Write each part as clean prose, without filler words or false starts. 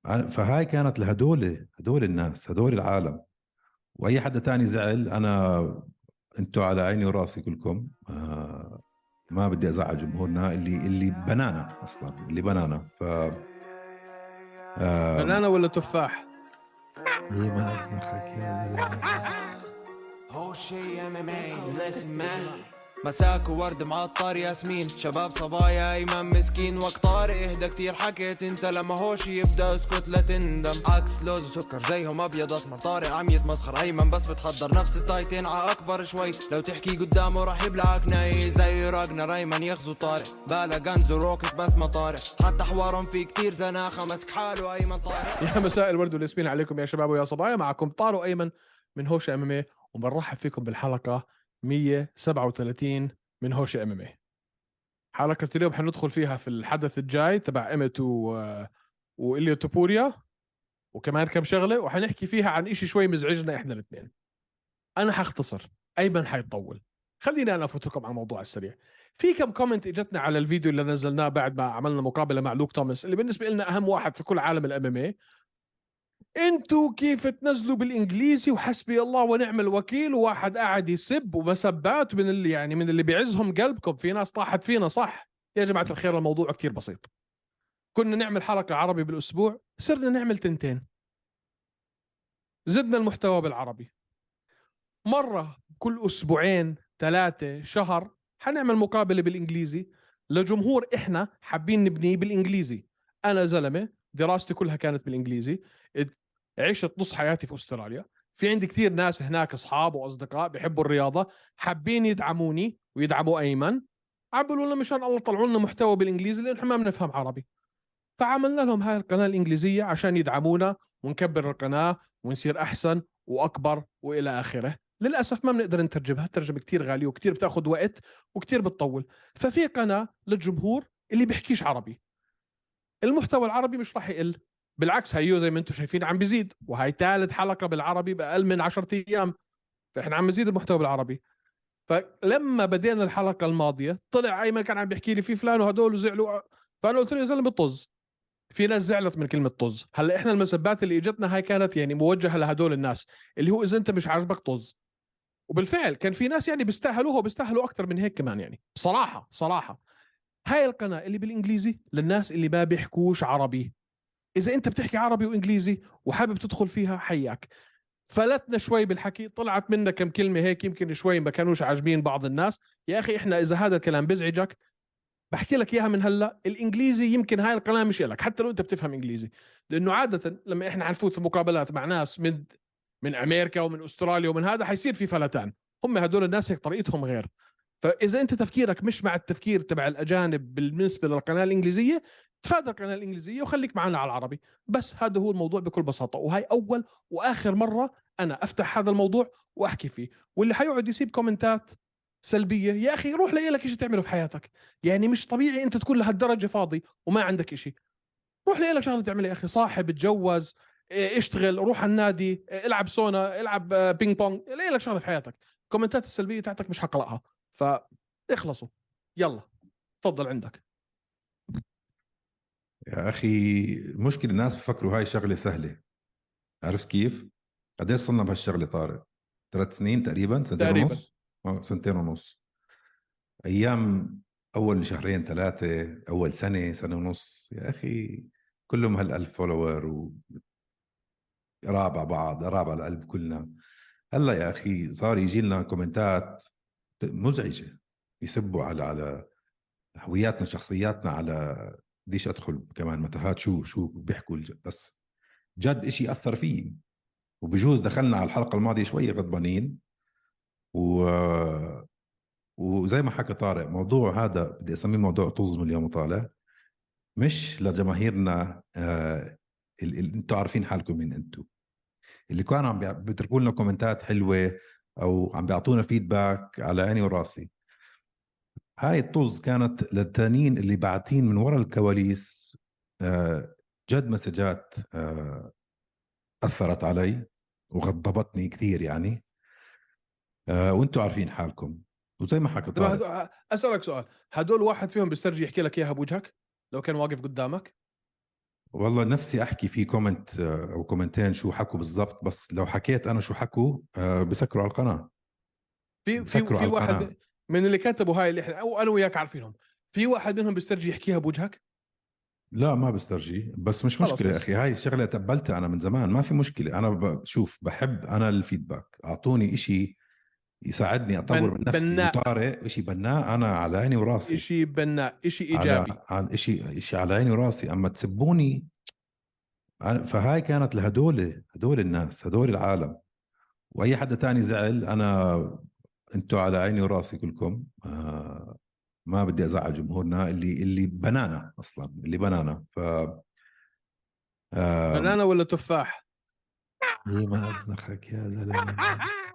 فهاي كانت هدول الناس، هدول العالم. واي حدا تاني زعل، انا انتوا على عيني وراسي كلكم. ما بدي ازعل جمهورنا اللي بنانا اصلا، اللي بنانا. ف بنانا ولا تفاح؟ ايه ما ازنخك يا زلمه. هو شي ام ام اي listen man. مساك وورد معطر ياسمين، شباب صبايا ايمن مسكين وقت طارق اهدى كتير حكيت انت لما هوش يبدا اسكت لا تندم. عكس لوز وسكر زيهم ابيض اسمر، طارق عم يتمسخر ايمن بس بتحضر نفس التايتين ع اكبر شوي، لو تحكي قدامه راح يبلعك ناي زي راجنر ايمن يغزو طارق، بالا غنز وروكت بس ما طارق، حتى حوارهم في كتير زناخه مسك حاله ايمن طارق. يا مساء الورد والياسمين عليكم يا شباب ويا صبايا، معكم طارق ايمن من هوش ام ام اي، وبنرحب فيكم بالحلقه 137 من هوش ام ام اي. حلقه اليوم حندخل فيها في الحدث الجاي تبع ايمت وإليا توبوريا، وكمان كم شغله، وحنحكي فيها عن إشي شوي مزعجنا احنا الاثنين. انا حختصر، ايمن حيطول. خليني انا افوتكم على الموضوع السريع. في كم كومنت اجتنا على الفيديو اللي نزلناه بعد ما عملنا مقابله مع لوك توماس، اللي بالنسبه لنا اهم واحد في كل عالم الام ام اي. انتوا كيف تنزلوا بالانجليزي وحسبي الله ونعم الوكيل، وواحد قاعد يسب ومسبات من اللي يعني من اللي بيعزهم قلبكم. في ناس طاحت فينا صح. يا جماعه الخير الموضوع كتير بسيط. كنا نعمل حلقه عربي بالاسبوع، صرنا نعمل تنتين. زدنا المحتوى بالعربي. مرة كل أسبوعين ثلاثة شهر حنعمل مقابلة بالإنجليزي لجمهور إحنا حابين نبنيه بالإنجليزي. أنا زلمة دراستي كلها كانت بالإنجليزي، عشت نص حياتي في أستراليا، في عندي كثير ناس هناك أصحاب وأصدقاء بيحبوا الرياضة، حابين يدعموني ويدعموا أيمن. عبلوا لنا مشان الله طلعوا لنا محتوى بالإنجليزي لأن إحنا ما بنفهم عربي، فعملنا لهم هاي القناة الإنجليزية عشان يدعمونا ونكبر القناة ونصير أحسن وأكبر وإلى آخره. للأسف ما بنقدر نترجمها، الترجمة كتير غالية وكتير بتاخد وقت وكتير بتطول. ففي قناة للجمهور اللي بيحكيش عربي. المحتوى العربي مش راح يقل، بالعكس هيو زي ما انتم شايفين عم بيزيد، وهي ثالث حلقة بالعربي بأقل من 10 أيام. فإحنا عم نزيد المحتوى بالعربي. فلما بدينا الحلقة الماضية طلع أيمن كان عم بيحكي لي في فلان وهدول وزعلوا، فأنا قلت له يا زلمة طز. في ناس زعلت من كلمة طز. هلا احنا المسبات اللي اجتنا هاي كانت يعني موجهة لهدول الناس، اللي هو اذا انت مش عاجبك طز. وبالفعل كان في ناس يعني بيستاهلوها وبيستاهلوا اكثر من هيك كمان، يعني بصراحة صراحة. هاي القناة اللي بالانجليزي للناس اللي ما بيحكوش عربي. اذا انت بتحكي عربي وانجليزي وحابب تدخل فيها حياك. فلتنا شوي بالحكي، طلعت منا كم كلمة هيك يمكن شوي ما كانوش عاجبين بعض الناس. يا اخي احنا اذا هذا الكلام بزعجك بحكي لك اياها من هلا، الانجليزي يمكن هاي القناه مش لك حتى لو انت بتفهم انجليزي. لانه عاده لما احنا حنفوت في مقابلات مع ناس من امريكا ومن استراليا ومن هذا حيصير في فلتان. هم هدول الناس هيك طريقتهم غير. فاذا انت تفكيرك مش مع التفكير تبع الاجانب بالنسبه للقناه الانجليزيه، تفادى القناه الانجليزيه وخليك معنا على العربي. بس هذا هو الموضوع بكل بساطه، وهي اول واخر مره انا افتح هذا الموضوع واحكي فيه. واللي حيقعد يسيب كومنتات سلبيه، يا اخي روح لاقي لك شيء تعمله في حياتك. يعني مش طبيعي انت تكون لهالدرجه فاضي وما عندك شيء. روح لاقي لك شغله تعملها يا اخي، صاحب، اتجوز، اشتغل، روح على النادي، العب سونا، العب بينج بونج، لاقي لك شغله في حياتك. الكومنتات السلبيه تاعتك مش حقرأها، فاخلصوا. يلا تفضل عندك. يا اخي، مشكلة الناس بفكروا هاي شغلة سهلة. عرفت كيف؟ قديش صرنا بهالشغلة طارق؟ 3 سنين تقريبا، سنتين تقريبا. ونص. سنتين ونص. ايام اول شهرين ثلاثة، اول سنة، سنة ونص يا اخي، كلهم هالألف فولور، قراب على بعض، قراب على القلب كلنا. هلا يا اخي صار يجي لنا كومنتات مزعجه، يسبوا على هوياتنا، شخصياتنا، على بديش ادخل كمان متاهات شو بيحكوا بس جد اشي اثر فيه. وبجوز دخلنا على الحلقه الماضيه شوي غضبانين و... وزي ما حكى طارق، موضوع هذا بدي اسميه موضوع طز من اليوم وطالع. مش لجماهيرنا، انتوا عارفين حالكم مين انتوا، اللي كانوا عم بيتركوا لنا كومنتات حلوه او عم بيعطونا فيدباك على عيني وراسي. هاي الطز كانت للتانيين اللي باعتين من وراء الكواليس. جد مسجات اثرت علي وغضبتني كثير يعني. وانتوا عارفين حالكم. وزي ما حكى طب طارق، اسالك سؤال، هدول واحد فيهم بيسترجي يحكي لك اياها بوجهك لو كان واقف قدامك؟ والله نفسي احكي في كومنت او كومنتين شو حكوا بالضبط، بس لو حكيت انا شو حكوا بسكروا على القناه. في بسكروا في على القناه. واحد من اللي كتبوا هاي اللي احنا او انا وياك عارفينهم، في واحد منهم بيسترجي يحكيها بوجهك. لا ما بسترجي، بس مش خلص مشكله يا بس اخي، هاي الشغله تقبلتها انا من زمان، ما في مشكله. انا بشوف بحب انا الفيدباك، اعطوني إشي يساعدني اطور من نفسي، بناء، وطارق إشي بناء انا على عيني وراسي. إشي بناء، إشي إيجابي. على إشي على عيني وراسي. اما تسبوني فهاي كانت هدول الناس، هدول العالم. واي حدا تاني زعل انا، انتوا على عيني وراسي كلكم. ما بدي ازعل جمهورنا اللي بنانا اصلا، اللي بنانا. ف بنانا ولا تفاح؟ ليه ما ازنخك يا زلمه؟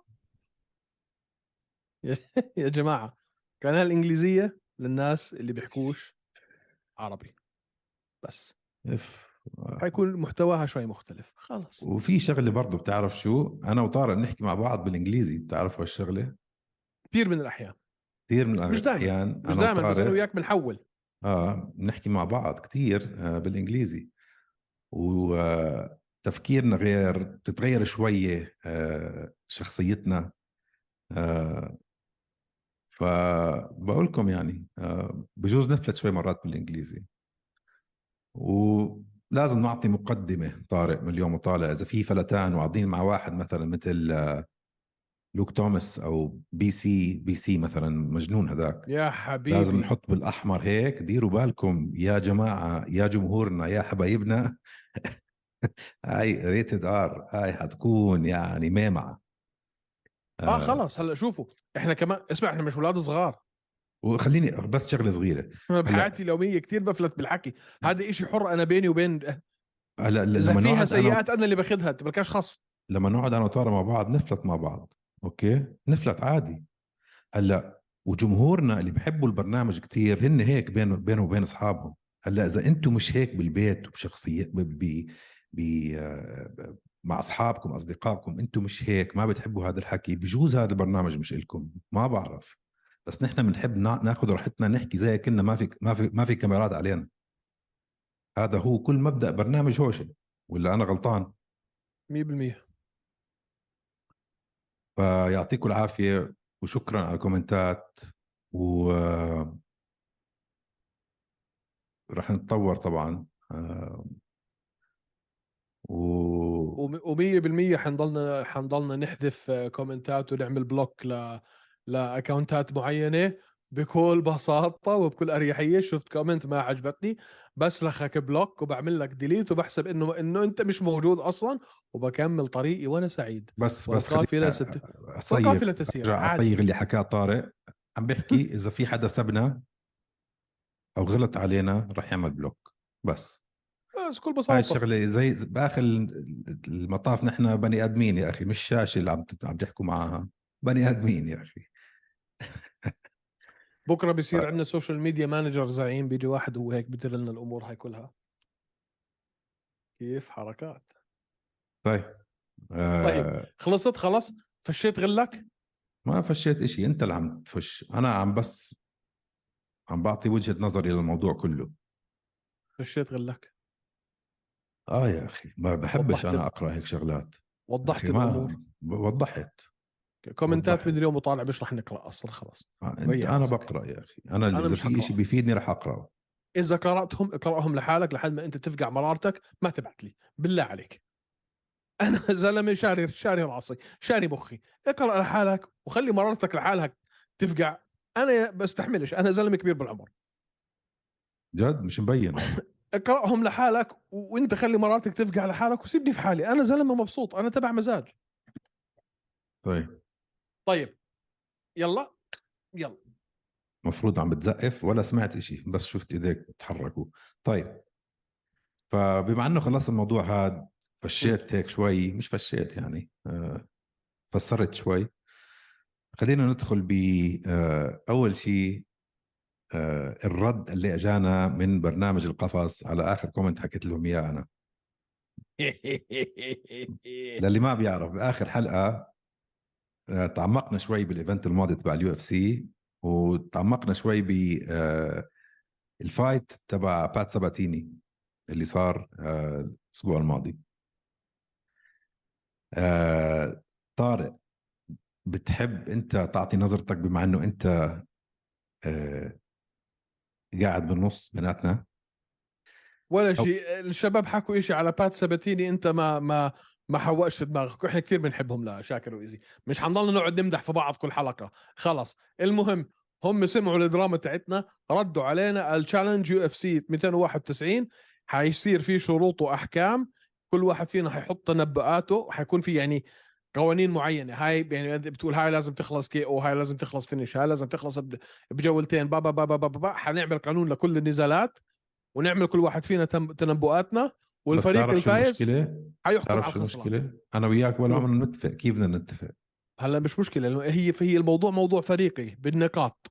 يا جماعة، قناة الإنجليزية للناس اللي بيحكوش عربي بس، اف. حيكون محتواها شوي مختلف خلص. وفي شغله برضو، بتعرف شو؟ انا وطارق بنحكي مع بعض بالانجليزي، بتعرف هالشغله؟ كثير من الأحيان، كثير من مش دائما، الاحيان مش انا دائما، بس أنا وطارق وياك بنحول. بنحكي مع بعض كثير بالانجليزي. وتفكيرنا غير، بتتغير شويه شخصيتنا. آه، فبقول لكم يعني بجوز نفلت شوي مرات بالانجليزي. ولازم نعطي مقدمه طارق من اليوم وطالع، اذا في فلتان وقاعدين مع واحد مثلا مثل لوك توماس او بي سي مثلا، مجنون هذاك. يا لازم حبيبي، نحط بالاحمر هيك. ديروا بالكم يا جماعه، يا جمهورنا، يا حبايبنا. هاي ريتد ار، هاي حتكون يعني ميمعه. آه خلص هلا شوفوا، احنا كمان اسمع، احنا مش اولاد صغار. وخليني بس شغله صغيره. أنا هلا بحياتي اليومية كثير بفلت بالحكي، هذا إشي حر أنا بيني وبين. هلا إذا لما فيها نقعد انا، سيئات أنا اللي باخذها، تبلكاش خص. لما نقعد انا وطارق مع بعض نفلت مع بعض. اوكي نفلت عادي. هلا وجمهورنا اللي بحبوا البرنامج كتير هن هيك بينه وبين اصحابهم. هلا اذا انتم مش هيك بالبيت وبشخصيه ب... مع اصحابكم اصدقائكم، انتم مش هيك، ما بتحبوا هذا الحكي، بجوز هذا البرنامج مش إلكم، ما بعرف. بس نحن بنحب ناخذ راحتنا، نحكي زي كنا ما في كاميرات علينا. هذا هو كل مبدأ برنامج هوشة، ولا انا غلطان؟ 100%. فيعطيكم العافية وشكرا على الكومنتات. ورح نتطور طبعا. و و100% حنضلنا نحذف كومنتات ونعمل بلوك لاكونتات معينه بكل بساطه وبكل اريحيه. شفت كومنت ما عجبتني، بسلخك بلوك وبعمل لك ديليت وبحسب انه انت مش موجود اصلا، وبكمل طريقي وانا سعيد. بس خليني والقافله اصيغ، والقافله تسير ارجع عادي. اصيغ اللي حكاه طارق. عم بحكي اذا في حدا سبنا او غلط علينا رح يعمل بلوك بس. بس بكل هاي بساطه. الشغله زي باخر المطاف، نحن بني ادمين يا اخي، مش شاشه اللي عم تحكوا معها، بني ادمين يا اخي. بكره بيصير عندنا سوشيال ميديا مانجر زعيم، بيجي واحد هو هيك بدير لنا الامور هاي كلها. كيف حركات. طيب طيب خلصت خلص، فشيت غلك. ما فشيت اشي، انت اللي عم تفش، انا عم بعطي وجهة نظري للموضوع كله. فشيت غلك. يا اخي ما بحبش انا اقرا هيك شغلات. يا وضحت اخي ما الامور. وضحت. كومنتات من وضحت. اليوم وطالع مش رح نقرا اصلا خلاص. انت، ريح انا راسك. بقرا يا اخي، انا انا اذا مش في اشي حقرا، بيفيدني رح اقراه. اذا قراتهم اقراهم لحالك لحد ما انت تفقع مرارتك، ما تبعت لي بالله عليك. انا زلمه شاري راسي، شاري مخي. اقرا لحالك وخلي مرارتك لحالك تفقع. انا بستحملش، انا زلمه كبير بالعمر. جد مش مبين. اقراهم لحالك وانت خلي مرارتك تفقع لحالك وسيبني في حالي. انا زلمه مبسوط، انا تبع مزاج. طيب طيب يلا يلا. مفروض عم بتزقف ولا سمعت اشي، بس شفت ايديك تحركوا. طيب فبما انه خلص الموضوع هذا، فشيت هيك شوي، مش فشيت يعني فسرت شوي. خلينا ندخل بأول شيء. الرد اللي اجانا من برنامج القفص على اخر كومنت حكيت لهم اياه انا. للي ما بيعرف، باخر حلقه تعمقنا شوي بالايفنت الماضي تبع UFC، وتعمقنا شوي بالفايت تبع بات ساباتيني. اللي صار الأسبوع الماضي. طارق، بتحب أنت تعطي نظرتك بما أنه أنت قاعد بالنص بيناتنا؟ ولا شيء. الشباب حكوا إشي على بات ساباتيني، انت ما حوقش في دماغك، واحنا كثير بنحبهم لا شاكر وإيزي، مش حنضلنا نقعد نمدح في بعض كل حلقة. خلص المهم، هم سمعوا الدراما تاعتنا، ردوا علينا التشالنج يو اف سي 291 حيصير فيه شروط واحكام، كل واحد فينا حيحط تنبؤاته، حيكون في يعني قوانين معينه. هاي يعني بتقول هاي لازم تخلص كي او، هاي لازم تخلص فينيش، هاي لازم تخلص بجولتين، بابا بابا بابا بابا. حنعمل قانون لكل النزالات، ونعمل كل واحد فينا تنبؤاتنا، بس والفريق تعرف شو الفايز المشكلة؟ حيحكم تعرف على شو الخسران. المشكلة؟ أنا وياك ولا شو؟ عمرنا نتفق، كيف بدنا نتفق؟ هلا مش مشكله، لانه هي الموضوع موضوع فريقي بالنقاط،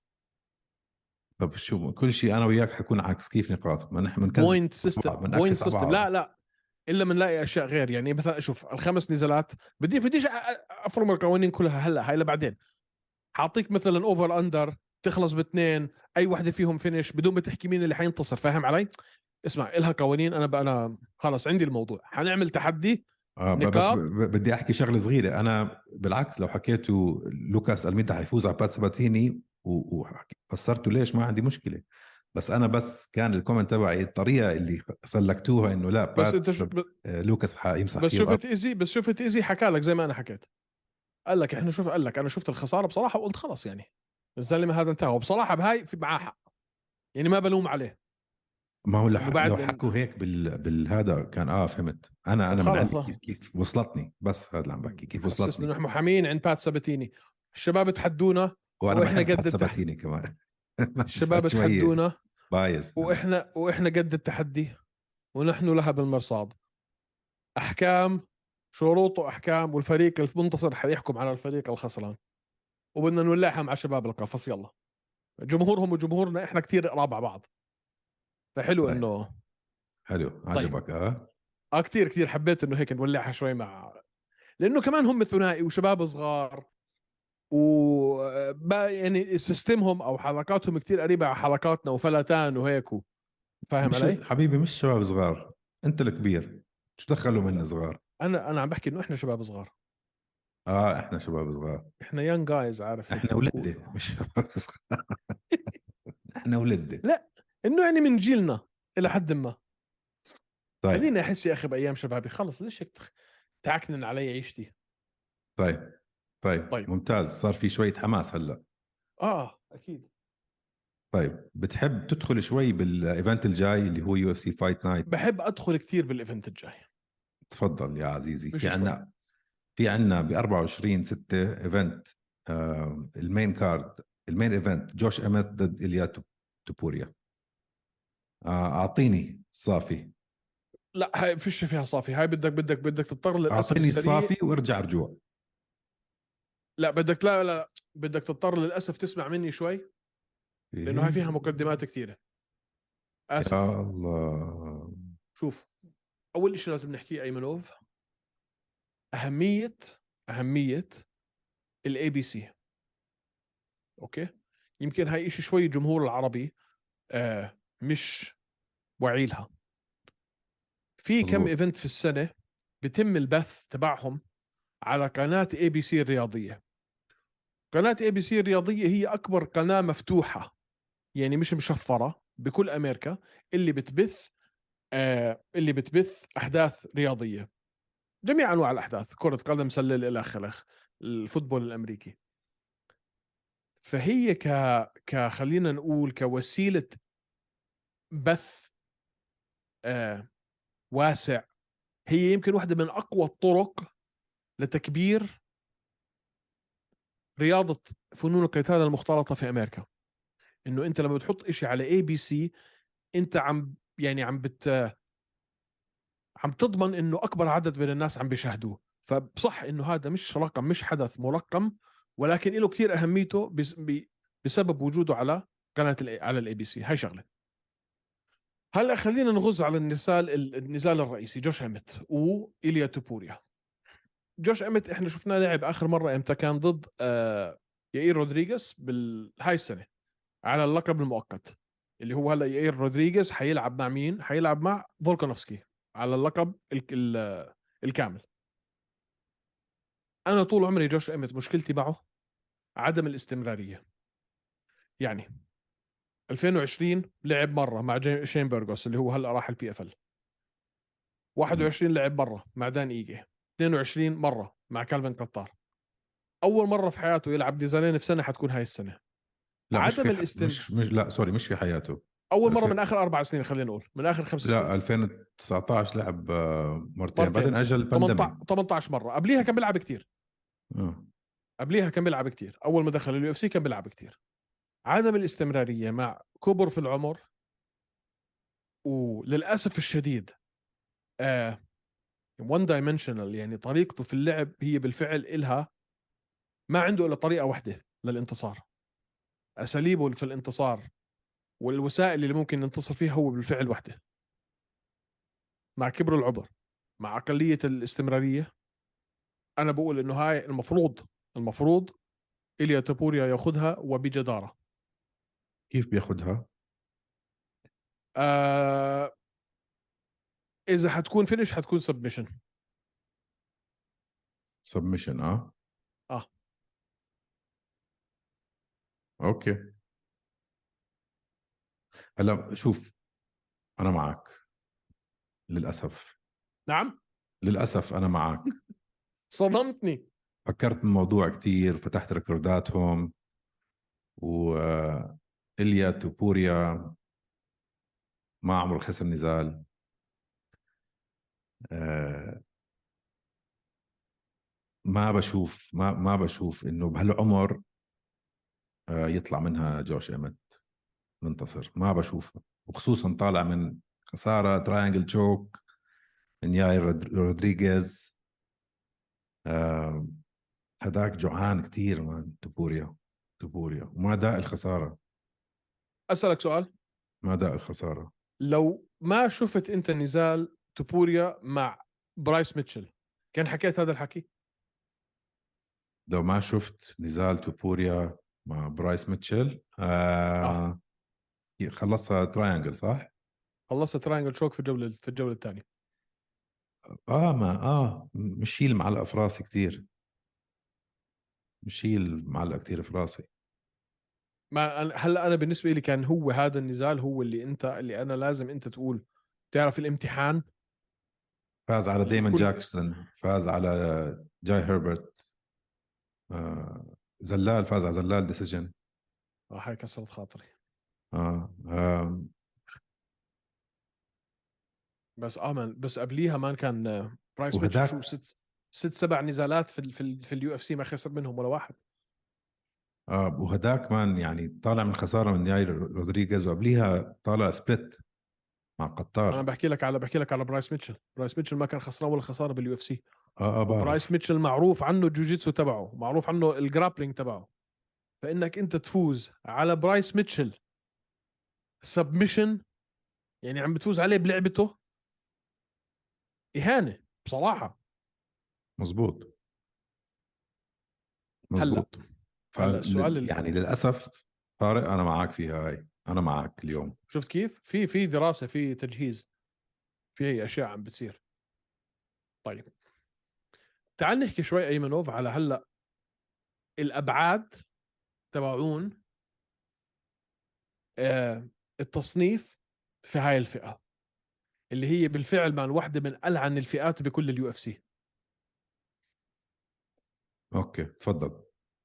طب شو كل شيء أنا وياك حيكون عكس، كيف نقاط؟ ما نحن بنكذب بوينت سيستم، بعض، بوينت بنعكس على سيستم. بعض. لا الا بنلاقي اشياء غير. يعني مثلا شوف الخمس نزالات، بديش افرم القوانين كلها هلا، هاي لبعدين. حاعطيك مثلا اوفر اندر تخلص باثنين، اي وحده فيهم فينش بدون ما تحكي مين اللي حينتصر، فاهم علي؟ اسمع، إلها قوانين. انا خلص عندي الموضوع، حنعمل تحدي بس نقاط. بدي احكي شغله صغيره. انا بالعكس لو حكيته لوكاس الميدا حيفوز على بات سباتيني وفسرته ليش، ما عندي مشكله. بس انا بس كان الكومنت تبعي الطريقه اللي سلكتوها انه لا بس بات انت لوكاس حيمسح بس فيه الارض. شفت ايزي حكى لك زي ما انا حكيت، قال لك احنا شوف، قال لك انا شفت الخساره بصراحه وقلت خلص يعني الزلمه هذا انتهى، وبصراحه بهاي في معاه حق، يعني ما بلوم عليه. ما هو انه لو بعد حكوا هيك بالهذا كان فهمت. انا من خلص، عندي كيف وصلتني، بس هذا اللي عم بحكي كيف حسسنا وصلتني. انه احنا محامين عند بات ساباتيني. الشباب تحدونا وانا واحنا بحب قد بات سباتيني كمان. الشباب بس شويه تحدونا بايس انا. واحنا قد التحدي، ونحن لها بالمرصاد. احكام، شروط واحكام، والفريق المنتصر حيحكم على الفريق الخسران، وبدنا نولعها مع شباب القفص. يلا، جمهورهم وجمهورنا احنا كتير قراب على بعض، فحلو طيب انه. حلو، طيب، عجبك كتير حبيت انه هيك نولعها شوي مع، لانه كمان هم ثنائي وشباب صغار، و يعني سيستمهم او حلقاتهم كتير قريبه على حلقاتنا وفلتان وهيك فاهم مش علي؟ حبيبي، مش شباب صغار، انت الكبير، شو دخلوا منا صغار؟ انا عم بحكي انه احنا شباب صغار، احنا شباب صغار. احنا يانج جايز، عارف هيك احنا كول. ولده مش شباب صغار. احنا ولده. لا، انه يعني من جيلنا الى حد ما. طيب خليني احس يا اخي بايام شبابي، خلص ليش هيك تعكنن علي عيشتي. طيب طيب طيب، ممتاز، صار في شوية حماس هلا. اكيد. طيب بتحب تدخل شوي بالايفنت الجاي اللي هو يو اف سي فايت نايت؟ بحب ادخل كثير بالايفنت الجاي. تفضل يا عزيزي. مش شوي. في عنا ب 24/6 ايفنت، المين كارد، المين ايفنت جوش اميت ضد إيليا توبوريا. اعطيني الصافي. لا، هاي فيش فيها صافي، هاي بدك تضطر للاسف اعطيني السريع. الصافي وارجع رجوع. لا بدك، لا بدك تضطر للاسف تسمع مني شوي، لانه هاي إيه؟ فيها مقدمات كثيره. اسف. يا الله. شوف، اول شيء لازم نحكيه ايمنوف، اهميه اهميه الاي بي سي. اوكي، يمكن هاي شيء شوي الجمهور العربي مش وعي لها. في كم مزبوط. ايفنت في السنه بتم البث تبعهم على قناه اي بي سي الرياضيه. قناه اي بي سي الرياضيه هي اكبر قناه مفتوحه، يعني مش مشفره، بكل امريكا، اللي بتبث احداث رياضيه، جميع انواع الاحداث، كره قدم، سله، الى اخره، الفوتبول الامريكي. فهي خلينا نقول كوسيله بث واسع، هي يمكن واحده من اقوى الطرق لتكبير رياضه فنون القتال المختلطه في امريكا. انه انت لما بتحط إشي على اي بي سي، انت عم تضمن انه اكبر عدد من الناس عم بيشاهدوه. فبصح انه هذا مش رقم، مش حدث مرقم، ولكن له كتير اهميته بسبب وجوده على قناه على الاي بي سي. هاي شغله. هلا خلينا نغز على النزال الرئيسي، جوش اميت وإيليا توبوريا. جوش اميت احنا شفناه لعب اخر مره امتى؟ كان ضد يائير رودريغيز هاي السنه على اللقب المؤقت اللي هو هلا يائير رودريغيز حيلعب مع مين؟ حيلعب مع فولكانوفسكي على اللقب الكامل. انا طول عمري جوش ايمت مشكلتي معه عدم الاستمراريه. يعني 2020 لعب مره مع شين بيرغوس اللي هو هلا راح البي اف ال. 21 لعب مره مع دان ايجي. 22 مره مع كالفين قطار. اول مره في حياته يلعب نزالين في سنه حتكون هاي السنه. لا عدم مش لا سوري، مش في حياته. اول مره من اخر 4 سنين، خلينا نقول من اخر 5 سنين. لا 2019 لعب مرتين بعدين اجل البانديميك. 18 مره قبليها كان بيلعب كتير. قبليها كان بيلعب كتير. اول ما دخل اليو اف سي كان بيلعب كتير. عدم الاستمراريه مع كبر في العمر، وللاسف الشديد وان دايمنشنال. يعني طريقته في اللعب هي بالفعل إلها ما عنده الا طريقه واحده للانتصار. اساليبه في الانتصار والوسائل اللي ممكن ننتصر فيها هو بالفعل وحده. مع كبر العمر، مع اقليه الاستمراريه، انا بقول انه هاي المفروض إليا توبوريا ياخذها وبجداره. كيف بياخدها؟ اذا حتكون فينش حتكون سبمشن. سبمشن اه اوكي. هلا شوف، انا معك للاسف. نعم للاسف انا معك. صدمتني. فكرت بالموضوع كتير، فتحت ريكورداتهم، وإليا توبوريا ما عمره خسر نزال. ما بشوف انه بهالعمر يطلع منها جوش ايمت منتصر. ما بشوفه، وخصوصا طالع من خسارة تراينجل تشوك من ياير رودريغيز. هداك جوعان كتير مان توبوريا وما داء الخسارة. اسالك سؤال، ما داء الخسارة. لو ما شفت انت نزال توبوريا مع برايس ميتشل كان حكيت هذا الحكي؟ لو ما شفت نزال توبوريا مع برايس ميتشل خلصها تراينجل صح؟ خلصت تراينجل شوك في الجوله الثانيه. مش هي المعلقة في راسي كتير. مش هي المعلقة كتير في راسي. ما هلا انا بالنسبه لي كان هو هذا النزال هو اللي انا لازم انت تقول تعرف الامتحان. فاز على ديمون كل... جاكسون، فاز على جاي هيربرت. زلال، فاز على زلال ديسيجن. هاي كسرت خاطري. بس قبليها ما كان برايس ميتشل شو 6-7 نزالات في اليو اف سي ما خسر منهم ولا واحد. وهداك مان يعني طالع من خساره من ياير رودريغيز، وقبليها طالع سبلت مع قطار. انا بحكي لك على برايس ميتشل ما كان خسران ولا خساره باليو اف سي. بعرف. برايس ميتشل معروف عنه الجوجيتسو تبعه، معروف عنه الجرابلينج تبعه. فانك انت تفوز على برايس ميتشل سبمشن، يعني عم بتفوز عليه بلعبته، إهانة بصراحة. مزبوط. هلا السؤال يعني للأسف طارق أنا معك فيها هاي. أنا معك اليوم. شفت كيف في دراسة، في تجهيز، في أشياء عم بتصير. طيب تعال نحكي شوي أيمنوف على هلا الأبعاد تبعون التصنيف في هاي الفئة اللي هي بالفعل من واحدة من ألعن الفئات بكل اليو اف سي. أوكي تفضل.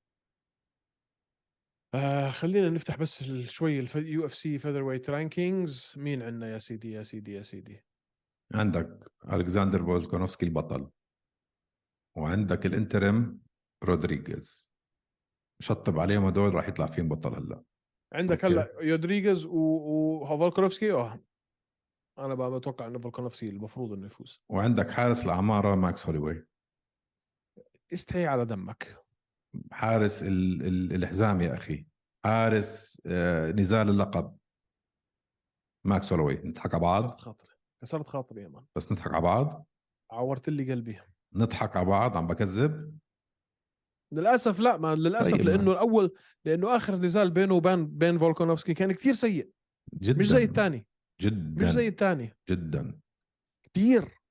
خلينا نفتح بس شوي اليو اف سي فيذر ويت رانكينجز. مين عندنا يا سيدي؟ عندك ألكسندر فولكانوفسكي البطل، وعندك الانترم رودريغيز. شطب عليهم هدول راح يطلع فيهم بطل. هلا عندك أوكي. هلا رودريغيز وفولكانوفسكي. انا بقى بتوقع انه فولكانوفسكي المفروض انه يفوز. وعندك حارس العمارة ماكس هوليوي. استحي على دمك. حارس الحزام يا أخي، حارس نزال اللقب ماكس هولوي. نضحك على بعض. كسرت خاطري يا مان. بس نضحك على بعض. عورت لي قلبي. نضحك على بعض. عم بكذب للاسف. لا ما للاسف. طيب لانه اخر نزال بينه وبين فولكانوفسكي كان كتير سيء. جدا مش زي الثاني، جدا مش زي الثاني جدا. كثير.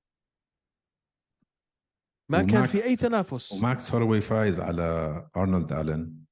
ما كان في اي وماكس تنافس. وماكس هولوي فايز على ارنولد الين،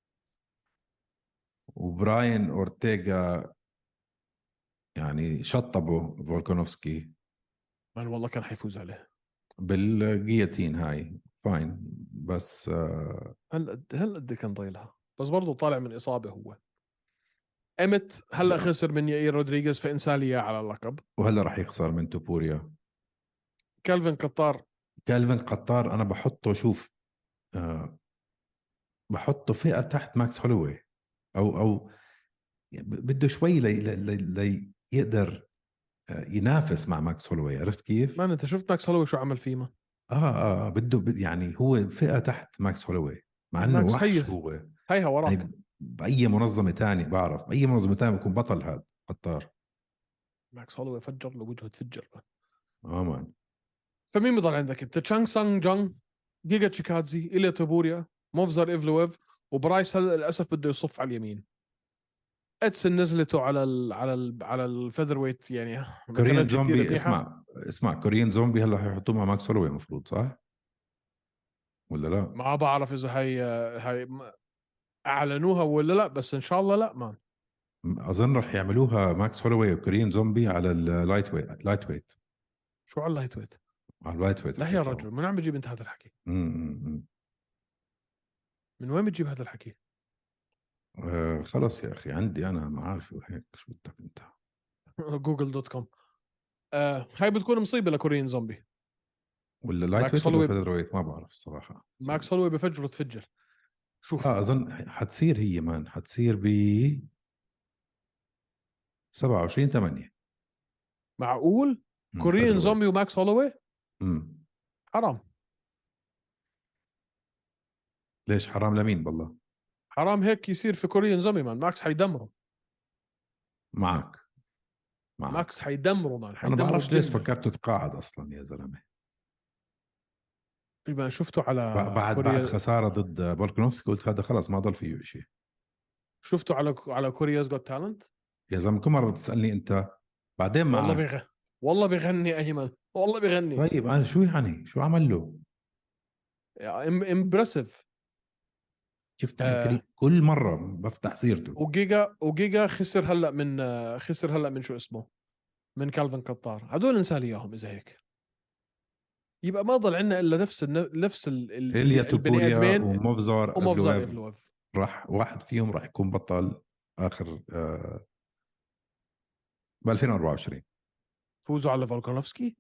وبراين اورتيغا يعني شطبوا فولكانوفسكي من والله كان حيفوز عليه. بالجيتين هاي فاين، بس هلا قد كان ضايلها، بس برضه طالع من اصابه هو. امت هلا خسر من يائير رودريغيز، فانسى لي إياه على اللقب. وهلا راح يخسر من توبوريا. كالفين قطار كالفين قطار انا بحطه، شوف آه بحطه فئة تحت ماكس هولوي، او بده شوي لي يقدر ينافس مع ماكس هولوي، عرفت كيف؟ مان انت شفت ماكس هولوي شو عمل فيه مان؟ يعني هو فئة تحت ماكس هولوي، مع انه ماكس وحش هو. هيها وراك. يعني بأي منظمة تاني بعرف، بأي منظمة تاني بيكون بطل هذا قطار. ماكس هولوي فجر له وجهه تفجر. مان. فمين بضل عندك انت؟ تشانغ سانغ جونغ، جيجا تشيكادزي، إيليا توبوريا، موفزار إيفلويف، وبرايس هلا للاسف بده يصف على اليمين. ادسن نزلته على الفيذر ويت، يعني ما كوريان كانتش كثير زومبي، منيحه. اسمع كوريان زومبي هلا حيحطوه مع ماكس هولوي المفروض، صح ولا لا؟ ما بعرف اذا هي اعلنوها ولا لا، بس ان شاء الله لا مان. اظن راح يعملوها ماكس هولوي وكوريان زومبي على اللايت ويت. شو على اللايت ويت؟ على اللايت ويت لا رح يا يطلعوا. رجل، من عم بجيب انت هذا الحكي؟ أمم. من وين بتجيب هذا الحكي؟ خلص يا اخي، عندي انا معارفي وهيك، شو بدك انت؟ جوجل.com. هاي بتكون مصيبه لكوريين زومبي. ولا لايت ماكس ويت ولا هولوي، فيذر ويت، ما بعرف الصراحه. ماكس هولوي بفجر تفجر. شوف اظن حتصير هي مان، حتصير ب 27/8. معقول كوريين فيذر ويت. زومبي وماكس هولوي؟ امم حرام. ليش حرام لمين بالله؟ حرام هيك يصير في كوريين زومبي مان. ماكس حيدمره. معك. ماكس حيدمره مان، انا حيدمره بعرفش ليش الدنيا. فكرته تقاعد اصلا يا زلمه. ما شفته على بعد كوريا، خساره ضد بولكنوفسكي قلت هذا خلص ما ضل فيه شيء. شفته على كورياز جوت تالنت. يا زلمه كل مره بتسالني انت، بعدين والله معك. والله بغني ايمن، والله بغني. طيب انا شو يعني، شو عمل له؟ امبرسيف. شفت الكريم كل مره بفتح سيرته. وجيجا خسر هلا من خسر هلا من شو اسمه، من كالفن قطار. هدول ننسى لي اياهم اذا هيك. يبقى ما ضل عندنا الا نفس إيليا البني توبوريا ادمين. وموفزار وموفزار إفلويف، ايفلويف راح واحد فيهم راح يكون بطل اخر ب 2024. فوزوا على فولكانوفسكي.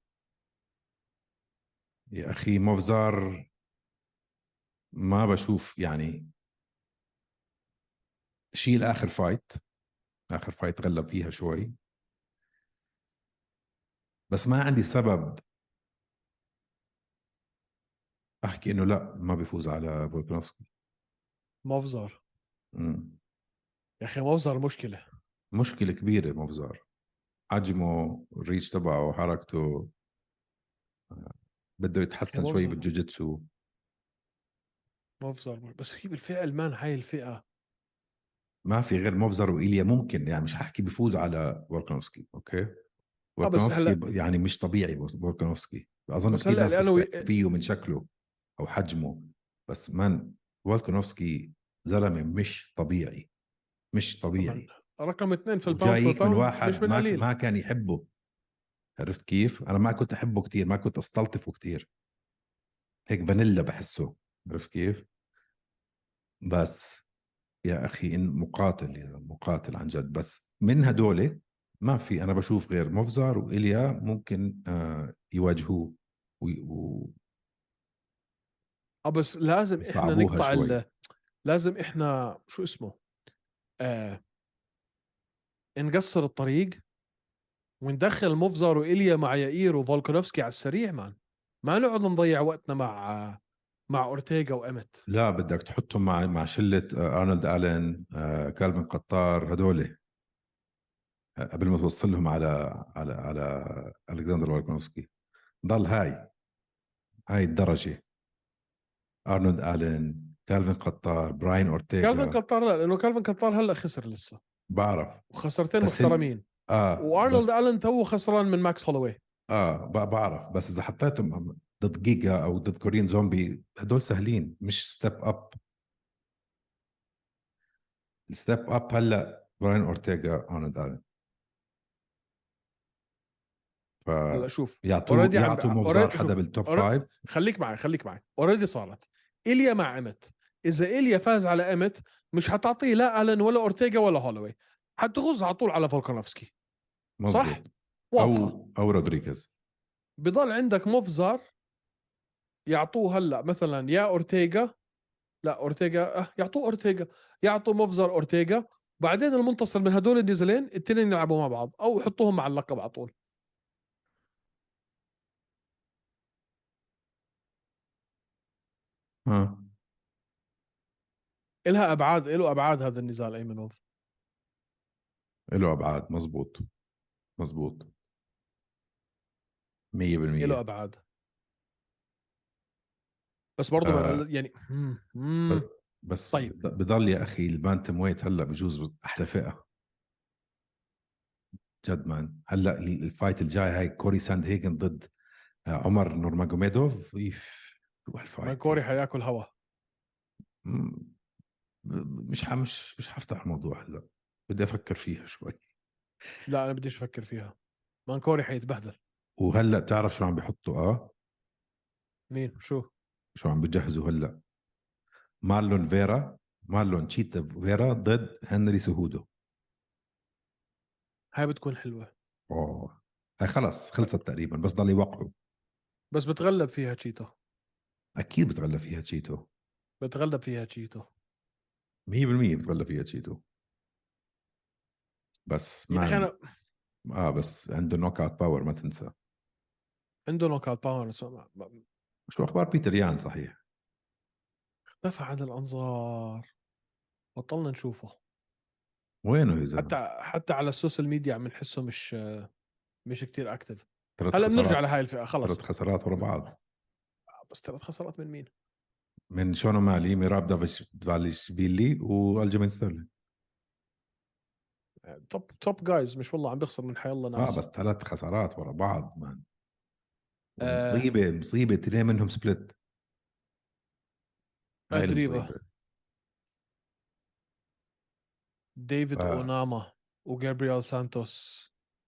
يا اخي موفزار ما بشوف يعني، شيل اخر فايت، اخر فايت غلب فيها شوي، بس ما عندي سبب احكي انه لا ما بيفوز على فولكانوفسكي. موفزار مم. يا اخي، موفزار مشكله. مشكلة كبيرة موفزار، حجمه، الريتش تبعه، حركته، بده يتحسن شوي موفزار بالجوجيتسو. موفزار بس هي بالفئه المان، هاي الفئه. ما في غير موفزر وإيليا ممكن، يعني مش ححكي بيفوز على فولكانوفسكي، اوكي. بس فولكانوفسكي هلا يعني مش طبيعي، فولكانوفسكي اظن بس كثير هلا ناس لانه بيستهين فيه من شكله او حجمه، بس مان فولكانوفسكي زلمه مش طبيعي، مش طبعا طبيعي. رقم 2 في الباوند بير وجايك من باوند مش واحد من قليل. ما كان يحبه، عرفت كيف؟ انا ما كنت احبه كتير، ما كنت استلطفه كتير، هيك فانيلا بحسه، عرفت كيف؟ بس يا اخي ان مقاتل، يا زلمة مقاتل عن جد. بس من هدول ما في، انا بشوف غير موفزار وإيليا ممكن يواجهوه بس لازم احنا ويصعبوها نقطع شوي. لازم احنا شو اسمه، آه نقصر الطريق وندخل موفزار وإيليا مع يائير وفولكانوفسكي على السريع مان. ما نقعد نضيع وقتنا مع اورتيغا وامت. لا بدك تحطهم مع شله ارنولد الين، كالفن قطار، هدول قبل ما توصلهم على الكسندر فولكانوفسكي. ضل هاي الدرجه، ارنولد الين، كالفن قطار، براين كالفن اورتيغا. قطار لا، لانه كالفن قطار هلا خسر لسه. بعرف وخسرتين بس محترمين. وارنولد بس الن تو خسران من ماكس هولوي. بعرف، بس اذا حطيتهم ضد جيجا او ضد كورين زومبي هدول سهلين، مش ستيب اب. الستيب اب هلا براين اورتيغا، ارنولد الن. ف هلا شوف يعطوا مفزار حدا بالتوب فايف. خليك معي اوريدي صارت إيليا مع إيمت. اذا إيليا فاز على إيمت مش حتعطيه لا الن ولا اورتيغا ولا هولوي، حتغز على طول على فولكانوفسكي. صح، مزبوط. واضحه. او رودريغيز. بضل عندك مفزر يعطوه هلا مثلا يا اورتيغا، لا اورتيغا يعطوه اورتيغا، يعطوا مفزر اورتيغا، بعدين المنتصر من هدول النزلين التنين يلعبوا مع بعض او يحطوهم مع اللقب على طول. له ابعاد هذا النزال ايمنوف. له ابعاد. مزبوط 100%. له ابعاد، بس برضه يعني بس طيب بضل يا اخي البانتم ويت هلا بجوز احلى فئه جد مان. هلا الفايت الجاي هاي كوري ساند هيجن ضد عمر نورماجوميدوف. شو هالفايت. كوري حياكل هوا. مش حفتح الموضوع هلا، بدي افكر فيها شوي. لا انا بديش افكر فيها، كوري حيتبهدل. وهلا بتعرف شو عم بيحطوا؟ مين شو عم بيجهزوا هلا؟ مارلون تشيتا فيرا ضد هنري سهودو. هاي بتكون حلوه. هاي خلص خلصت تقريبا، بس ضل يوقعوا. بس بتغلب فيها تشيتو. اكيد بتغلب فيها تشيتو. 100% بتغلب فيها تشيتو. بس يعني بس عنده نوك اوت باور ما تنسى. عنده نوك اوت باور. شو اخبار بيتر يان؟ صحيح اختفى عن الانظار، بطلنا نشوفه. وينه يا زلمه؟ حتى على السوشيال ميديا عم نحسه مش كتير اكتف. 3 هلا خسارات. بنرجع لهاي الفئه خلص. 3 خسارات ورا بعض. بس 3 خسارات من مين؟ من شونو مالي، ميراب دافاشفيلي، والجيمين ستيرلينج. توب جايز، مش والله عم بيخسر من حي الله ناس. بس 3 خسارات ورا بعض مان. آه مصيبه 2 منهم سبلت. هاي أدريبا، المصيبه. ديفيد أوناما وجابرييل سانتوس.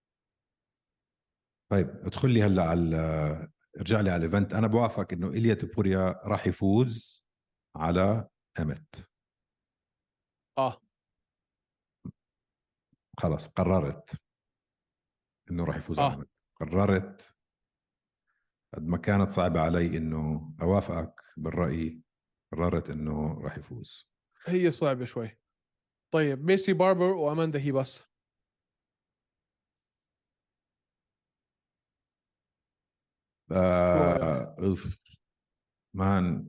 طيب ادخل لي هلا على ارجع لي على الايفنت. انا بوافق انه إيليا توبوريا راح يفوز على امت. خلاص قررت انه راح يفوز على امت. قررت قد ما كانت صعبة علي انه اوافقك بالرأي، قررت انه راح يفوز. هي صعبة شوي. طيب ميسي باربر واماندا هيباس. اوف مان.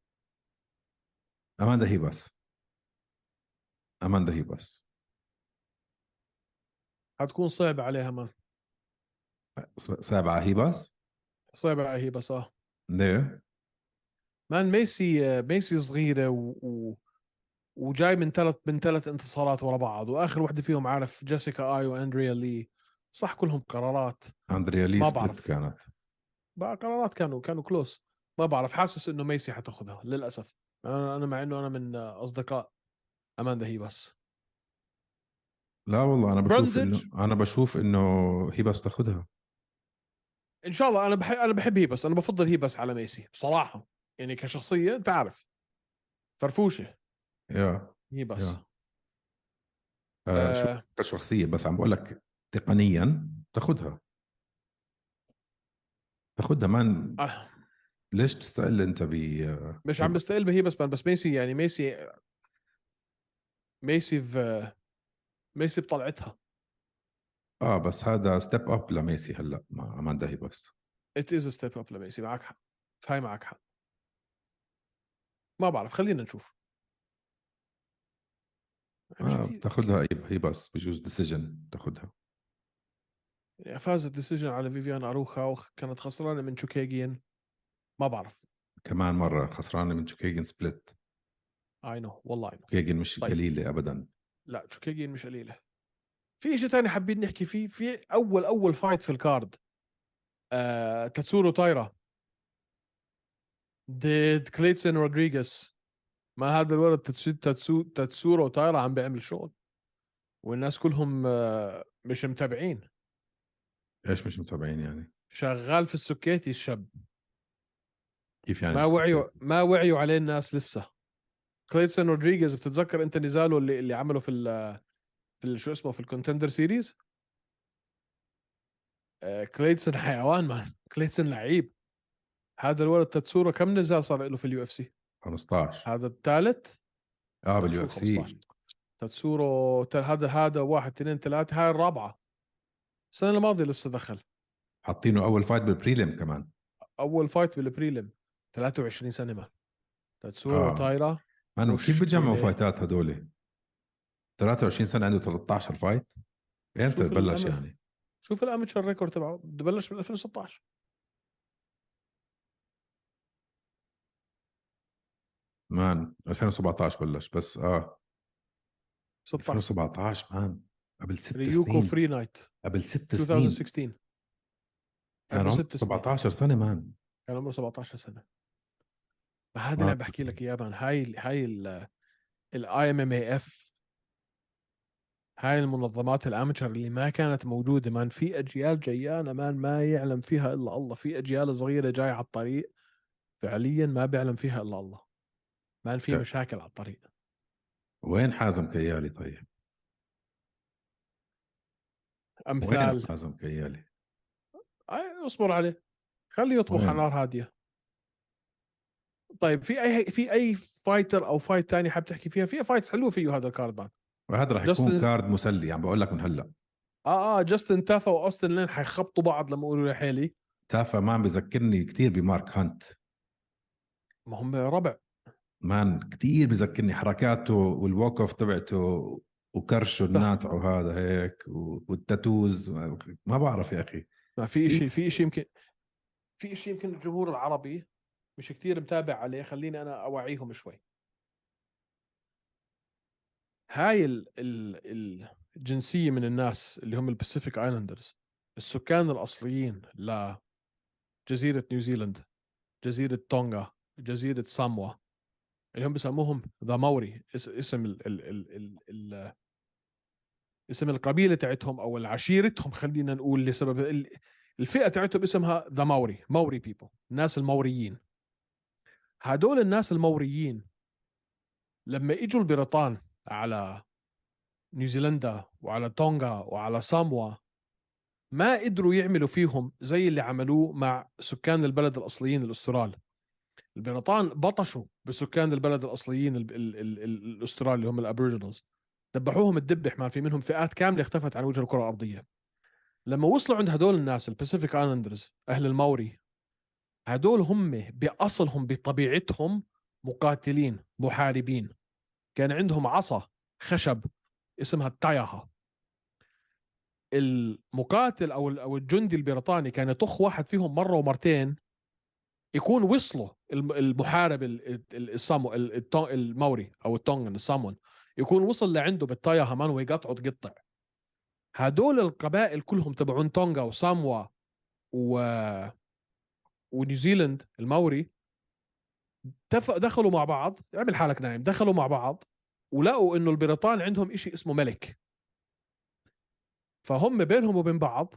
اماندا هيباس حتكون صعبة عليها مان. سابعة هيباس. صعبة على هيباس ليه؟ مان ميسي صغيرة وجاي من ثلاث انتصارات ورا بعض، واخر وحده فيهم عارف جيسيكا اي واندريا لي. صح كلهم قرارات. اندريا لي ما سبلت بعرف. كانت بقى قرارات كانوا كلوس. ما بعرف، حاسس انه ميسي حتاخذها للاسف. انا مع انه انا من اصدقاء اماندا هيباس. لا والله براندج. انا بشوف انه هيباس تاخذها. ان شاء الله. انا بحب هيباس، انا بفضل هيباس على ميسي بصراحه. يعني كشخصيه انت عارف فرفوشه يا هيباس. شو كشخصية، بس عم بقول لك تقنيا تاخذها مان. ليش بتستقل انت مش عم بستقل بهيباس بس ميسي، يعني ميسي بطلعتها. بس هذا ستيب اب لميسي هلا مع اماندا هيباس. ات از ستيب اب لميسي. معك حق، هاي معك حق. ما بعرف، خلينا نشوف. بتاخذها هيباس بجوز ديسيجن تاخذها. يعني فازت ديسيجن على فيفيان اروخا وكانت خسرانه من شوكيجين. ما بعرف. كمان مره خسرانه من شوكيجن سبلت. اي نو والله. شوكيجن مش طيب. قليله ابدا. لا تشوكيجين مش قليله. في شيء تاني حابين نحكي فيه، في اول فايت في الكارد تاتسورو تايرا ضد كليتسون رودريغيز. ما هذا الولد تاتسورو تايرا عم بيعمل شغل، والناس كلهم مش متابعين. ايش مش متابعين يعني؟ شغال في السكيتي الشاب. كيف يعني ما مش وعيوا سكيت؟ ما وعيوا عليه الناس لسه. كليتسون رودريغيز بتتذكر انت نزاله اللي عمله شو اسمه في الكونتندر سيريز. كليتسون حيوان مان، كليتسون لعيب. هذا الولد تاتسورو كم نزال صار له في اليو اف سي؟ 15. هذا الثالث. اه لا باليو شو اف 15؟ سي. تاتسورو هذا 1 2 3، هاي الرابعه. السنه الماضيه لسه دخل حاطينه اول فايت بالبريلم كمان. اول فايت بالبريلم. 23 سنه مان تاتسورو اه تايرا. مان كيف بتجمعوا مشكله. فايتات هدول؟ 23 سنه عنده 13 فايت. امتى شوف بلش يعني؟ شوف الاماتشر ريكورد تبعه بده بلش بال 2016. مان 2017 بلش بس 16 2017 مان. قبل 6 ريوكو سنين. فري نايت قبل 6 سنين 2016. كان قبل عمره 6 سنين 17 سنه مان. كان عمره 17 سنه. فهذا اللي مان عم بحكي لك اياه مان. هاي الاي ام ام اي اف، هاي المنظمات الاماتشر اللي ما كانت موجوده مان. في اجيال جايانا مان ما يعلم فيها الا الله. في اجيال صغيره جاي على الطريق فعليا ما بيعلم فيها الا الله. مان في مشاكل على الطريق. وين حازم كيالي طيب؟ وين امثال حازم كيالي؟ اصبر عليه، خليه يطبخ على وين؟ نار هاديه. طيب في اي فايتر او فايت تاني حاب تحكي فيها؟ في فايتس حلوه فيه هذا الكارد مان. وهذا راح يكون جاستن كارد مسلي عم بقول لك من هلا. جاستن تافا واوستن لين حيخبطوا بعض لما يقولوا يا حيلي. تافا مان بذكرني كتير بمارك هانت. ما هم ربع. مان كتير بذكرني حركاته والووك اوف تبعته وكرشه صح. الناتع وهذا هيك والتاتوز. ما بعرف يا اخي. ما في شيء يمكن الجمهور العربي مش كتير متابع عليه. خليني انا اوعيهم شوي. هاي الجنسيه من الناس اللي هم الباسيفيك ايلاندرز، السكان الاصليين لجزيره نيوزيلند، جزيره تونغا، جزيره ساموا، اللي هم بسموهم ذا ماوري. اسم اسم القبيله تاعتهم او عشيرتهم، خلينا نقول لسبب الفئه تاعتهم اسمها ذا ماوري بيبل، الناس الموريين. هدول الناس الموريين لما اجوا البريطان على نيوزيلندا وعلى تونغا وعلى ساموا، ما قدروا يعملوا فيهم زي اللي عملوه مع سكان البلد الاصليين الاسترال. البريطان بطشوا بسكان البلد الاصليين الاسترال اللي هم الابوريجينالز، ذبحوهم الدبح. ما في منهم فئات كامله اختفت عن وجه الكره الارضيه. لما وصلوا عند هدول الناس الباسيفيك ايلاندرز اهل الماوري، هدول هم باصلهم بطبيعتهم مقاتلين محاربين. كان عندهم عصا خشب اسمها التاياها. المقاتل او الجندي البريطاني كان يطخ واحد فيهم مره ومرتين، يكون وصلوا المحارب الموري او التونغن السامون، يكون وصل لعنده بالتاياها مان ويقطعه تقطع. هدول القبائل كلهم تبعون تونغا وساموا و... ونيوزيلند الماوري دخلوا مع بعض. اعمل حالك نايم. دخلوا مع بعض ولقوا انه البريطان عندهم إشي اسمه ملك، فهم بينهم وبين بعض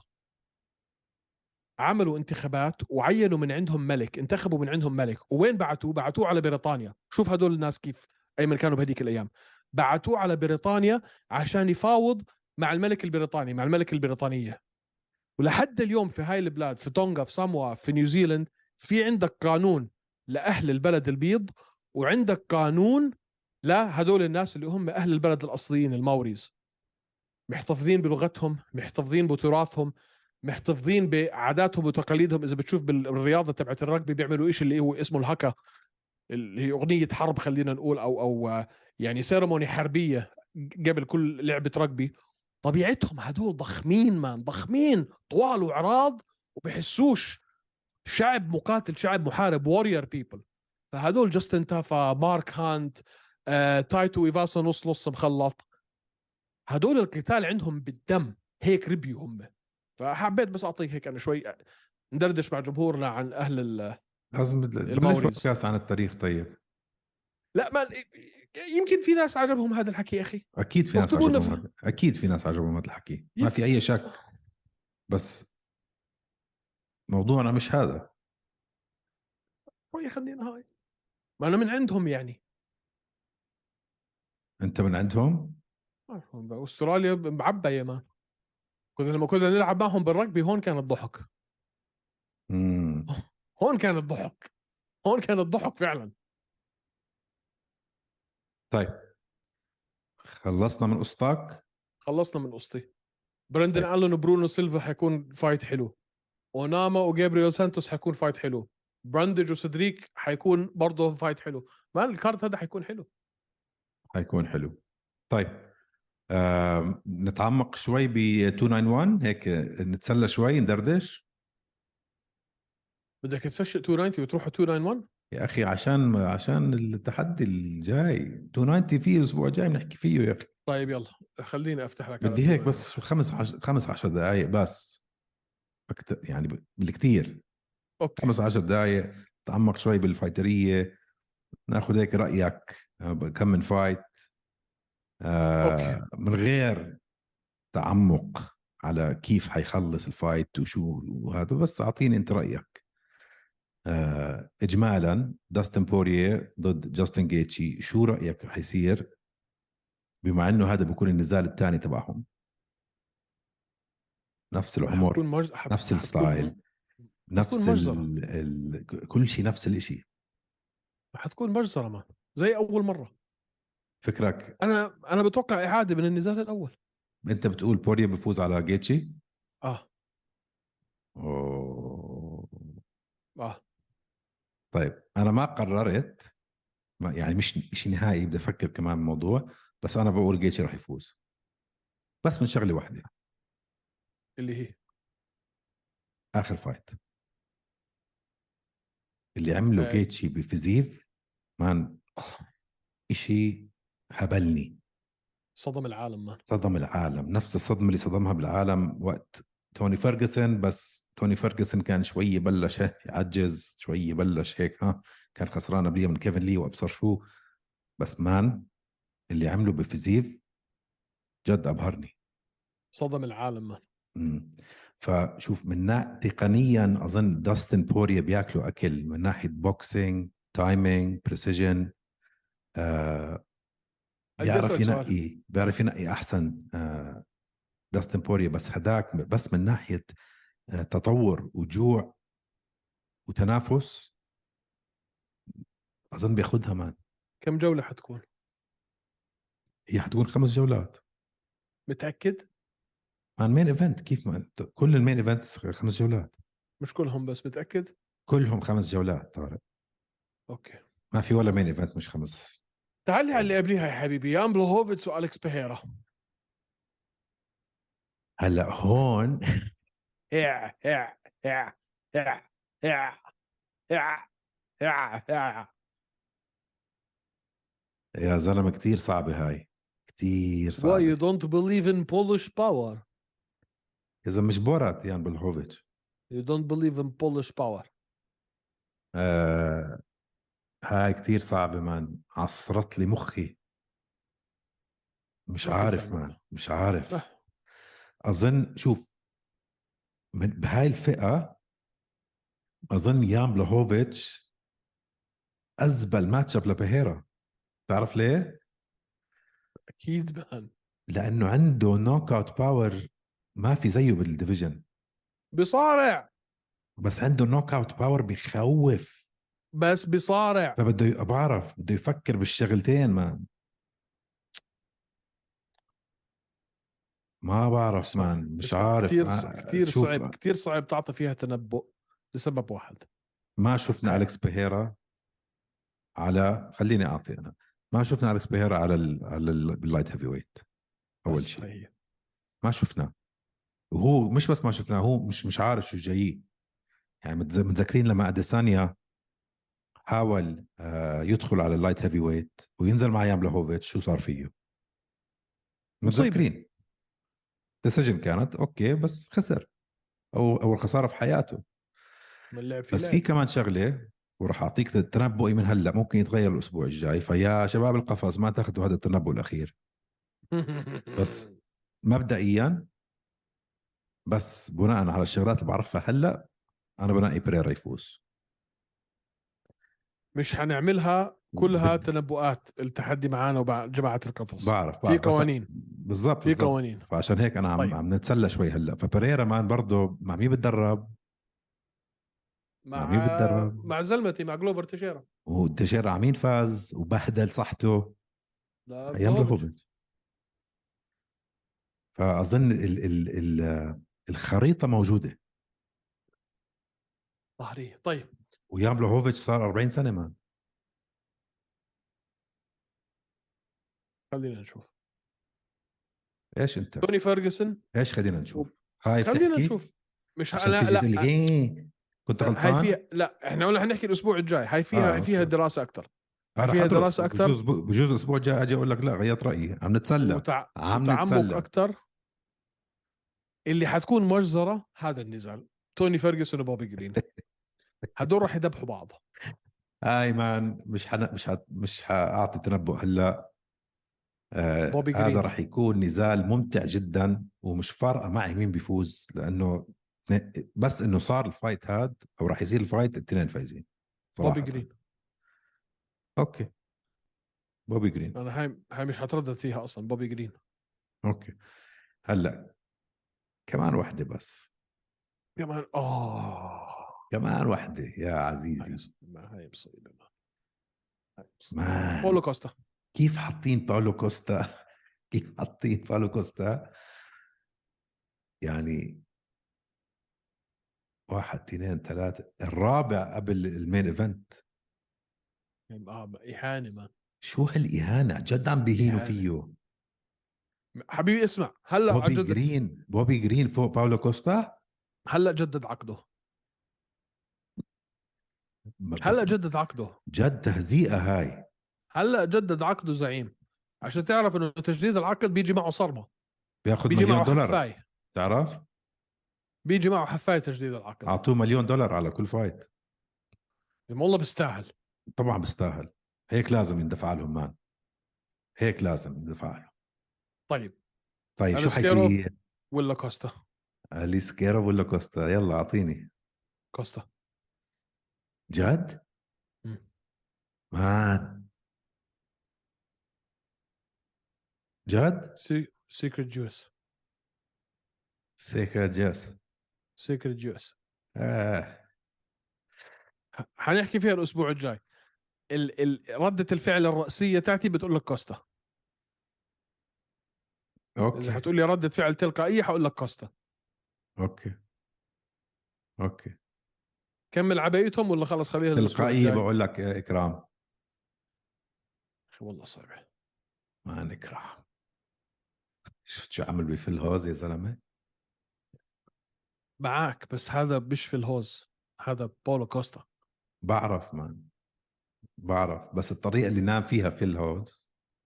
عملوا انتخابات وعينوا من عندهم ملك، انتخبوا من عندهم ملك. وين بعتوه على بريطانيا. شوف هدول الناس كيف ايمن كانوا بهديك الايام. بعتوه على بريطانيا عشان يفاوض مع الملك البريطاني، مع الملك البريطانية. ولحد اليوم في هاي البلاد، في تونغا، في ساموا، في نيوزيلند، في عندك قانون لأهل البلد البيض، وعندك قانون لهدول الناس اللي هم أهل البلد الأصليين الماوريز. محتفظين بلغتهم، محتفظين بتراثهم، محتفظين بعاداتهم وتقاليدهم. إذا بتشوف بالرياضة تبعت الرجبي بيعملوا إشي اللي هو اسمه الهكا، اللي هي أغنية حرب خلينا نقول، أو يعني سيرموني حربية قبل كل لعبة رجبي. طبيعتهم هدول ضخمين مان، ضخمين طوال وعراض وبحسوش شعب مقاتل، شعب محارب، وورير بيبل. فهدول جاستن تافا، مارك هانت، تايتو إيفاسا نص نص مخلط. هدول القتال عندهم بالدم، هيك ربيوا هم. فحبيت بس اعطيك هيك انا شوي ندردش مع جمهورنا عن اهل لازم بلش الماوريز. بودكاست عن التاريخ. طيب لا ما يمكن في ناس عجبهم هذا الحكي يا اخي. اكيد في ناس واكتبوا لنا عجبهم هذا، اكيد في ناس عجبهم هذا الحكي، ما في اي شك. بس موضوعنا مش هذا. شوي خلينا هاي، ما انا من عندهم يعني. انت من عندهم؟ استراليا معبى ما لما كنا نلعب معهم بالركبي هون كان الضحك. امم هون كان الضحك، هون كان الضحك فعلا. طيب خلصنا من قصتك. خلصنا من قصتي. برندن طيب. ألن وبرونو سيلفا حيكون فايت حلو. اوناما وجابرييل سانتوس حيكون فايت حلو. براندج وسدريك حيكون برضه فايت حلو. ما الكارت هذا حيكون حلو. حيكون حلو. طيب نتعمق شوي ب 291 هيك، نتسلى شوي ندردش. بدك تفشل 290 وتروح 291. يا اخي عشان التحدي الجاي 290 فيه الاسبوع الجاي بنحكي فيه يا اخي. طيب يلا خليني افتح لك على بدي هيك 291. بس 15 دقائق بس، يعني بالكثير اوكي 15 دقائق تعمق شوي بالفايتريه، ناخذ هيك رايك كم من فايت اوكي من غير تعمق على كيف حيخلص الفايت وشو وهذا، بس اعطيني انت رايك. اجمالا داستن بوريه ضد جاستن جيتشي، شو رايك رح يصير بما انه هذا بيكون النزال الثاني تبعهم؟ نفس العمر، نفس الستايل، نفس مجزرة. كل شيء نفس الاشي. حتكون مجزرة ما زي اول مرة. فكرك انا بتوقع اعادة من النزال الاول. انت بتقول بوريه بفوز على جيتشي؟ اه أوه. اه طيب انا ما قررت، يعني مش شيء نهائي، بدي افكر كمان بالموضوع، بس انا بقول جيتشي راح يفوز، بس من شغله واحده. اللي هي اخر فايت اللي عمله آه. جيتشي بفيزيف مان، اشي هبلني، صدم العالم مان. صدم العالم، نفس الصدمه اللي صدمها بالعالم وقت توني فيرغسون. بس توني فيرغسون كان شوي بلش يعجز، شوي بلش هيك كان خسران قبليه من كيفن لي وابصر شو. بس مان اللي عمله بفيزيف جد ابهرني. صدم العالم مان. فشوف تقنيا اظن داستن بوريا بياكلوا اكل من ناحيه بوكسينج، تايمينج، بريسيجن. بيعرف ينقي احسن داستن بوريا. بس هداك بس من ناحيه تطور وجوع وتنافس اظن بياخدها مان. كم جولة حتكون؟ هي حتكون 5 جولات متأكد؟ مان. مين ايفنت كيف ما كل المين ايفنتس 5 جولات. مش كلهم بس متأكد؟ كلهم 5 جولات طارق. اوكي ما في ولا مين ايفنت مش 5. تعال لي على اللي قبليها يا حبيبي، يان بلوهوفيتس والكس بيهيرا. هلا هون يا يا يا يا يا يا يا يا زلمه كتير صعبه هاي، كتير Why you صعبه. don't believe in Polish power? اذا مش بورات يان بلهوفيتش. You don't believe in Polish power. هاي كتير صعبه مان، عصرت لي مخي. مش ما في عارف تعمل مان، له. مش عارف. اظن شوف بهاي الفئه اظن يان بلهوفيتش ازبل ماتش اب لبيهيرا. تعرف ليه؟ اكيد مان. لانه عنده نوك اوت باور ما في زيه بالديفيجن. بصارع. بس عنده نوك اوت باور بخوف. بس بصارع. فبده بعرف بده يفكر بالشغلتين مان. ما بعرف اسمع مان، مش اسمع عارف. كتير شوف صعب، كتير صعب تعطي فيها تنبؤ لسبب واحد. ما شفنا أليكس بيهيرا على، خليني أعطي أنا، ما شفنا أليكس بيهيرا باللايت هيفي ويت. أول شيء هي. ما شفناه، وهو مش بس ما شفناه، هو مش عارف شو جاي. يعني متذكرين لما أديسانيا حاول يدخل على اللايت هيفي ويت وينزل مع يان بلاهوفيتش، شو صار فيه؟ مصيبة. متذكرين ديسيجن كانت اوكي بس خسر او اول خساره في حياته. من اللعب في بس لعب. في كمان شغله وراح اعطيك تنبؤي من هلا ممكن يتغير الاسبوع الجاي، فيا شباب القفص ما تاخذوا هذا التنبؤ الاخير. بس مبدئيا بس بناء على الشغلات اللي بعرفها هلا انا بنقي بريرا يفوز. مش حنعملها كلها تنبؤات. التحدي معانا ومع جماعة القفص بعرف في بس قوانين. بالضبط في قوانين. فعشان هيك انا طيب. عم نتسلى شوي هلا. فبريرا مان برضه مع مين بتدرب؟ مع مين بتدرب؟ مع زلمتي مع جلوفر تشيرا. وتشيرا مين فاز وبهدل صحته؟ لا ايام بلوفيتش. لهوفيتش. فاظن ال الخريطه موجوده. ظهري. طيب ويام لهوفيتش صار 40 سنه مان. خلينا نشوف. ايش انت؟ توني فيرجسون. ايش خلينا نشوف؟ خايف خلينا تحكي نشوف. مش عشان انا تيجي تقول لي لا. ايه كنت هاي غلطان؟ فيها لا، احنا قلنا حنحكي الاسبوع الجاي. هاي فيها أوكي. دراسه اكثر. هاي راح فيها ادرس دراسه اكثر بجوز الاسبوع الجاي اجي اقول لك لا غيرت رايي. عم نتسلى عم وتعمق نتسلى. اكثر. اللي حتكون مجزره هذا النزال توني فيرجسون وبوبي جرين. هدول راح يذبحوا بعض. هاي مان مش حاعطي تنبؤ هلا. بوبي هذا جرين. راح يكون نزال ممتع جدا ومش فارقه معي مين بيفوز لانه بس انه صار الفايت هاد او راح يصير الفايت الاثنين فايزين صراحه. بوبي جرين. اوكي بوبي جرين. انا هاي مش هتردد فيها اصلا. بوبي جرين. اوكي هلا كمان وحده بس. كمان كمان وحده يا عزيزي. هاي مصيبه. مان بولو كوستا. كيف حاطين باولو كوستا؟ كيف حاطين باولو كوستا؟ يعني 1 2 3 الرابع قبل المين ايفنت. إهانة ما. شو هالإهانة جد عم بيهينوا إهانة. فيه. حبيبي اسمع هلا بوبي جرين فوق باولو كوستا. هلا جدد عقده. بس هلا جدد عقده. جد تهزيئة هاي. هلا جدد عقده زعيم. عشان تعرف انه تجديد العقد بيجي معه صرمه. بياخذ بيجي معه $1,000,000 حفاية. تعرف؟ بيجي معه حفاية تجديد العقد. أعطوه $1,000,000 على كل فايت. والله بيستاهل. طبعا بيستاهل. هيك لازم يندفع لهم مان. هيك لازم يندفع لهم. طيب شو حيصير؟ ولا كوستا؟ اليسكيرو ولا كوستا؟ يلا أعطيني. كوستا. جد؟ مان جد؟ سيكريت جوس. سيكريت جوس. سيكريت جوس. حنحكي فيها الاسبوع الجاي. ردة الفعل الرئيسية تاعتي بتقول لك كوستا. اوكي اذا حتقول لي ردة فعل تلقائية حقول لك كوستا. اوكي كمل عبايتهم ولا خلص خليها تلقائية بقول لك إكرام. والله صعبة. ما نكره. شفت شو عمل بفيل هوز يا زلمة؟ معاك بس هذا مش في الهوز. هذا بولو كوستا. بعرف مان بعرف بس الطريقة اللي نام فيها فيل هوز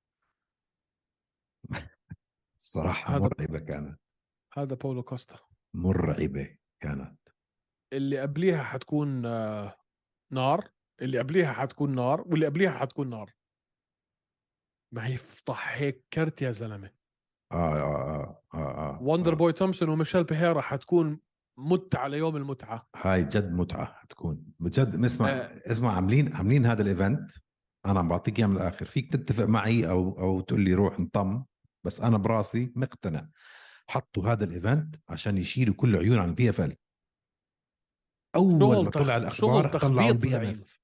الصراحة مرعبة كانت. هذا بولو كوستا. مرعبة كانت. اللي قبليها حتكون نار. اللي قبليها حتكون نار واللي قبليها حتكون نار. ما يفضح هيك كرت يا زلمة. وندر بوي تومسون وميشيل بيهيرا حتكون متعة ليوم المتعة. هاي جد متعة حتكون بجد. اسمع عاملين هذا الايفنت. انا عم بعطيك اياه من الاخر. فيك تتفق معي او تقول لي روح انطم بس انا براسي مقتنع. حطوا هذا الايفنت عشان يشيلوا كل عيون عن البي اف ال. اول ما طلع الاخبار طلعوا البي ام اف.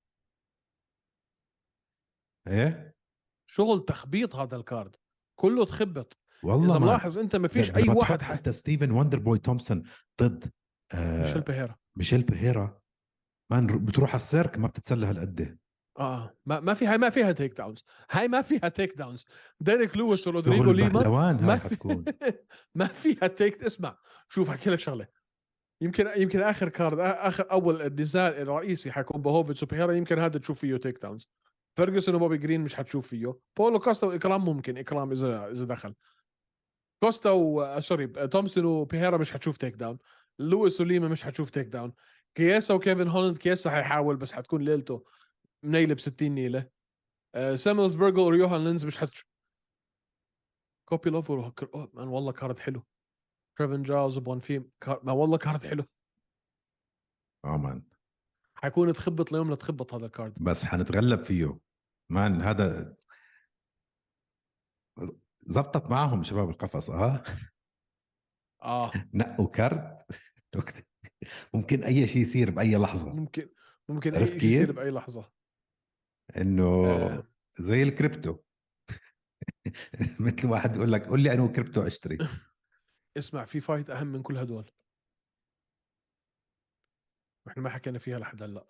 ايه شغل تخبيط هذا الكارد كله تخبط. والله اذا ملاحظ انت ما فيش اي واحد انت ستيفن وندر بوي تومسون ضد ميشيل بيهيرا مان بتروح على السيرك ما بتتسلى هالقد. ما فيها تيك داونز. هاي ما فيها تيك داونز. ديريك لويس ورودريغو ليما ما حتكون ما فيها تيك. اسمع شوف احكي لك شغله. يمكن اخر كارد اخر اول النزال الرئيسي حيكون بوهوفيتش وبيهيرا. يمكن هذا تشوف فيه تيك داونز. فيرجسون وبوبي جرين مش حتشوف فيه. بولو كوستا واكرام ممكن. اكرام اذا دخل. كوستا سوري تومسون وبيهيرا مش حتشوف تيك داون. لويس وليما مش حتشوف تيك داون. كياسا وكيفن هولاند، كياسا حيحاول بس حتكون ليلته منيله ب60 نيله. سامويلز بيرجل وريوهان لينز مش كوبي لوف مان والله كارد حلو. تريفن جاوز وبون فيم ما والله كارد حلو. مان حيكون تخبط ليوم لا تخبط هذا الكارد. بس حنتغلب فيه مان. هذا زبطت معهم شباب القفص. نقوا كارت ممكن اي شيء يصير باي لحظه. ممكن عرفت اي شيء يصير كيف؟ باي لحظه. انه زي الكريبتو. مثل واحد يقول لك قول لي انو كريبتو اشتري. اسمع، في فايت اهم من كل هدول احنا ما حكينا فيها لحد هلا.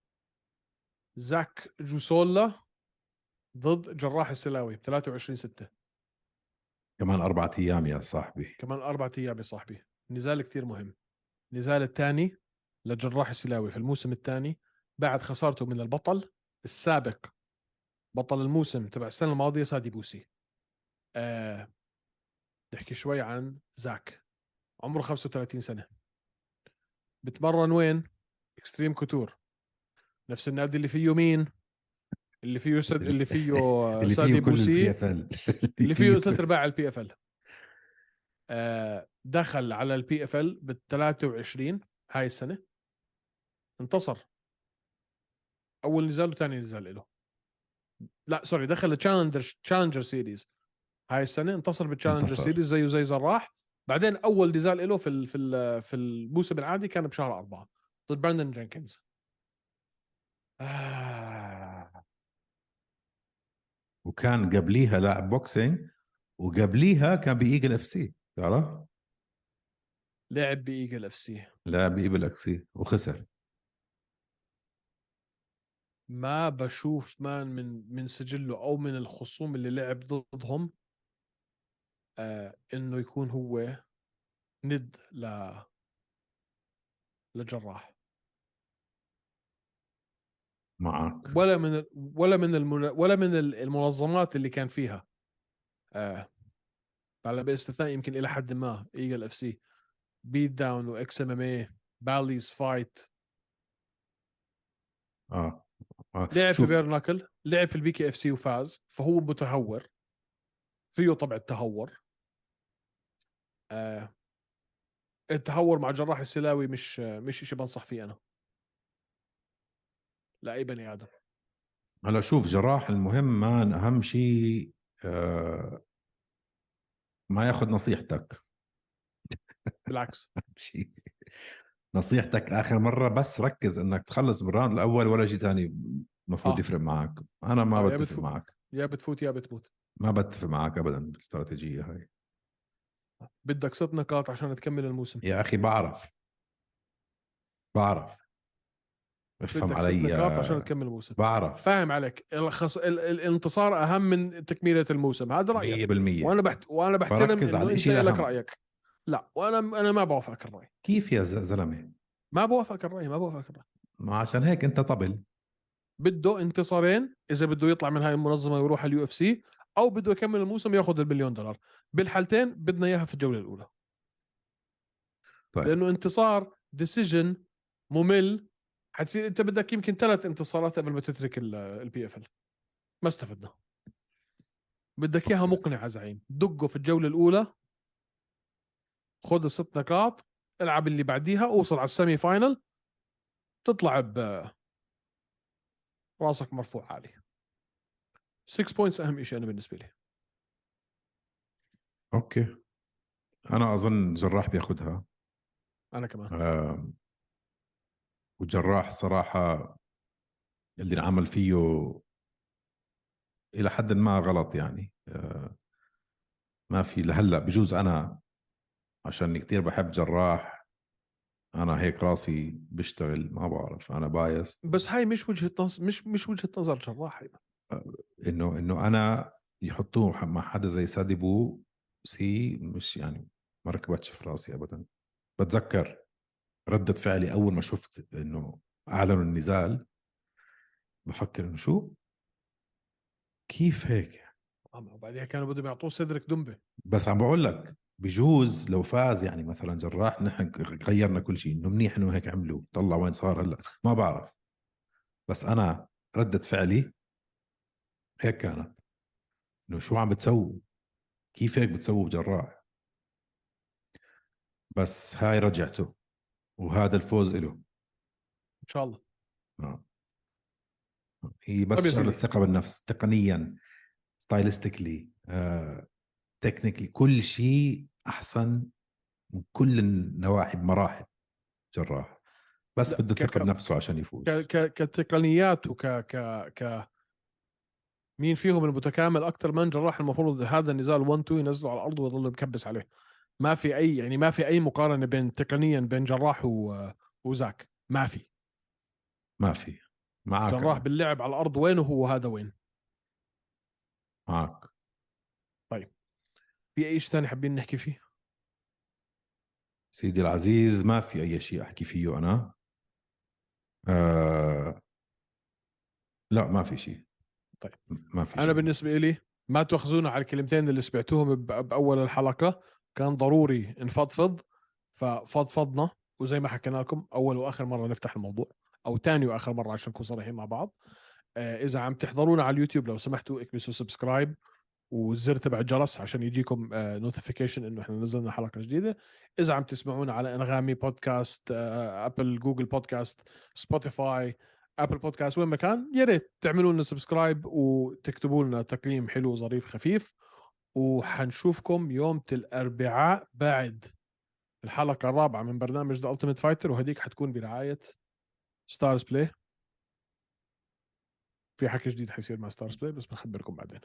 زاك جوسولا ضد جراح السلاوي ب 23/6. كمان 4 أيام يا صاحبي. كمان 4 أيام يا صاحبي. نزال كتير مهم. نزال الثاني لجراح السلاوي في الموسم الثاني بعد خسارته من البطل السابق، بطل الموسم تبع السنة الماضية سادي بوسي. نحكي شوي عن زاك. عمره 35 سنة. بتمرن وين؟ اكستريم كوتور، نفس النادي اللي فيه مين؟ اللي فيه اللي فيه اللي سادي فيه كل بوسي، البي اف ال. اللي فيه 3/4 البي اف ال. دخل على البي اف ال بال 23 هاي السنة، انتصر اول نزال وثاني نزال له. لا سوري، دخل التشالنجر سيريز هاي السنة، انتصر بالتشالنجر سيريز زيه زي زراح. بعدين اول نزال له في الموسم العادي كان بشهر 4 ضد براندن جينكنز. وكان قبليها لاعب بوكسينج، وقبليها كان بإيجل اف سي. تعرف لعب بإيجل اف سي. لاعب بإيجل اف سي وخسر. ما بشوف مان من سجله او من الخصوم اللي لعب ضدهم انه يكون هو ند لجراح. معك. ولا من المنظمات اللي كان فيها على باستثناء يمكن الى حد ما ايجل اف سي، بيت داون واكس ام ام اي، باليز فايت. لعب في بيرناكل، لعب في البي كي اف سي وفاز، فهو متهور، فيه طبع التهور. التهور مع جراح السلاوي مش شيء بنصح فيه انا لاي بني ادم. هلا شوف، جراح المهم مان اهم شيء ما ياخذ نصيحتك. بالعكس شيء نصيحتك اخر مره، بس ركز انك تخلص بالراوند الاول ولا شيء ثاني المفروض يفرق معك. انا ما بتفق معك. يا بتفوت يا بتموت. ما بتفق معك ابدا بالاستراتيجيه هاي. بدك 6 نقاط عشان تكمل الموسم يا اخي بعرف افهم بدك 6 علي. نقاط عشان تكمل الموسم. بعرف. فاهم عليك. الانتصار اهم من تكمله الموسم، هذا رايك 100%. وانا بحترم بركز على انه انت الإشي لك الأهم. رايك. لا وانا ما بوافقك الراي. كيف يا زلمه؟ ما بوافقك الراي. ما عشان هيك انت طبل. بده انتصارين اذا بده يطلع من هاي المنظمه ويروح على اليو اف سي، او بده يكمل الموسم ياخذ $1,000,000. بالحالتين بدنا اياها في الجوله الاولى. طيب. لانه انتصار ديسيجن ممل، حتصير انت بدك يمكن 3 انتصارات قبل ما تترك البي اف ال. ما استفدنا. بدك اياها مقنعه زعيم. دقه في الجوله الاولى، خذ ال6 نقاط، العب اللي بعديها، اوصل على السيمي فاينل، تطلع براسك مرفوع عالي. 6 بوينتس اهم شيء انا بالنسبه لي. اوكي، انا اظن جراح بياخدها. انا كمان. وجراح صراحه اللي عمل فيه الى حد ما غلط يعني. ما في لهلا. بجوز انا عشان كتير بحب جراح، انا هيك راسي بيشتغل، ما بعرف، انا بايس. بس هاي مش وجهه نظر، مش وجهه نظر جراح. انه انا يحطوه مع حدا زي سادي بو سي، مش يعني ما ركبتش في راسي ابدا. بتذكر ردة فعلي اول ما شفت انه اعلنوا النزال، بفكر انه شو، كيف هيك. وبعدين كانوا بدهم يعطوه سيدريك دومبي. بس عم بقول لك بجوز لو فاز يعني مثلا جراح نحن غيرنا كل شيء، انه منيح انه هيك عملوا، طلع وين صار هلا ما بعرف، بس انا ردة فعلي هيك كانت، انه شو عم بتسووا، كيف هيك بتسووا بجراح. بس هاي رجعته، وهذا الفوز له ان شاء الله. آه. هي بس طيب يا شغله سيدي، ثقه بالنفس، تقنيا، ستايلستيكلي، تكنيكلي، كل شيء احسن من كل النواحي بمراحل جراح، بس لا بده ثقه بنفسه عشان يفوز. كتقنيات ك مين فيهم المتكامل اكثر من جراح، المفروض هذا النزال 1 2 ينزلوا على الارض ويظل مكبس عليه. ما في اي يعني ما في اي مقارنه بين تقنيا بين جراح وزاك، ما في. ما في، معك جراح انا، باللعب على الارض وين وهو هذا وين. معك. طيب، في اي شيء ثاني حابين نحكي فيه؟ سيدي العزيز ما في اي شيء احكي فيه انا. آه لا ما في شيء. طيب، ما في انا شيء. بالنسبه لي ما تاخذونا على الكلمتين اللي سمعتوهم باول الحلقه، كان ضروري نفضفض، ففضفضنا. وزي ما حكينا لكم اول واخر مره نفتح الموضوع، او ثاني واخر مره عشان نكون صريحين مع بعض. اذا عم تحضرونا على اليوتيوب لو سمحتوا اكبسوا سبسكرايب والزر تبع الجرس عشان يجيكم نوتيفيكيشن انه احنا نزلنا حلقه جديده. اذا عم تسمعونا على انغامي بودكاست، ابل، جوجل بودكاست، سبوتيفاي، ابل بودكاست، وين ما كان، يا ريت تعملوا لنا سبسكرايب وتكتبوا لنا تقييم حلو ظريف خفيف. وحنشوفكم يوم الاربعاء بعد الحلقه الرابعه من برنامج ذا التيميت فايتر، وهديك حتكون برعايه ستارز بلاي. في حكي جديد حيصير مع ستارز بلاي بس بنخبركم بعدين.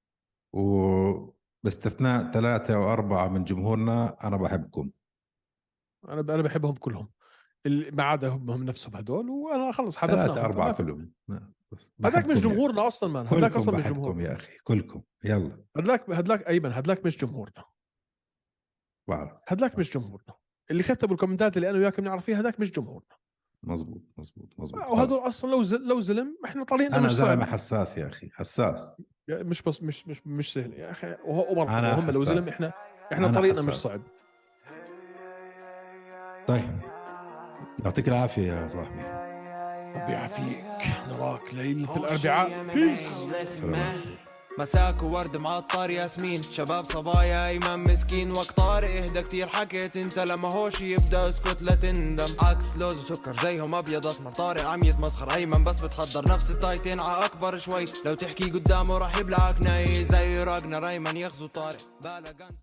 وباستثناء 3 أو 4 من جمهورنا أنا بحبكم. انا بحبهم كلهم، اللي ما عدا هم نفسهم هدول، وانا خلص 3 حذفناهم. 4 فما في، كلهم بس هذاك مش بحبكم يا أخي. جمهورنا اصلا، مان هذاك كلكم اصلا مش بحبكم جمهورنا. يا أخي، كلكم يلا. هذاك ايمن، هذاك مش جمهورنا. بعرف. هذاك مش جمهورنا. اللي كتبوا الكومنتات اللي انا وياك بنعرف فيها هذاك مش جمهورنا. مزبوط مزبوط مزبوط، وهدول خلص. اصلا لو زلم احنا طريقنا أنا مش زلمة صعب. حساس يا أخي، حساس. مش بس مش سهل يا اخي، ومرحبا، أنا هم لو زلم حساس. احنا أنا طريقنا مش حساس. صعب. طيب، يعطيك العافية يا صاحبي. ربي يعافيك، نراك ليلة الاربعاء. بيس. سلام. مساك وورد معطر ياسمين، شباب صبايا ايمن مسكين، وقت طارق اهدى كتير حكيت انت، لما هوش يبدا اسكت لا تندم. عكس لوز وسكر زيهم ابيض اسمر، طارق عم يتمسخر، ايمن بس بتحضر نفس التايتين ع اكبر شوي، لو تحكي قدامه راح يبلعك ناي زي راجنر، ايمن يغزو طارق بالا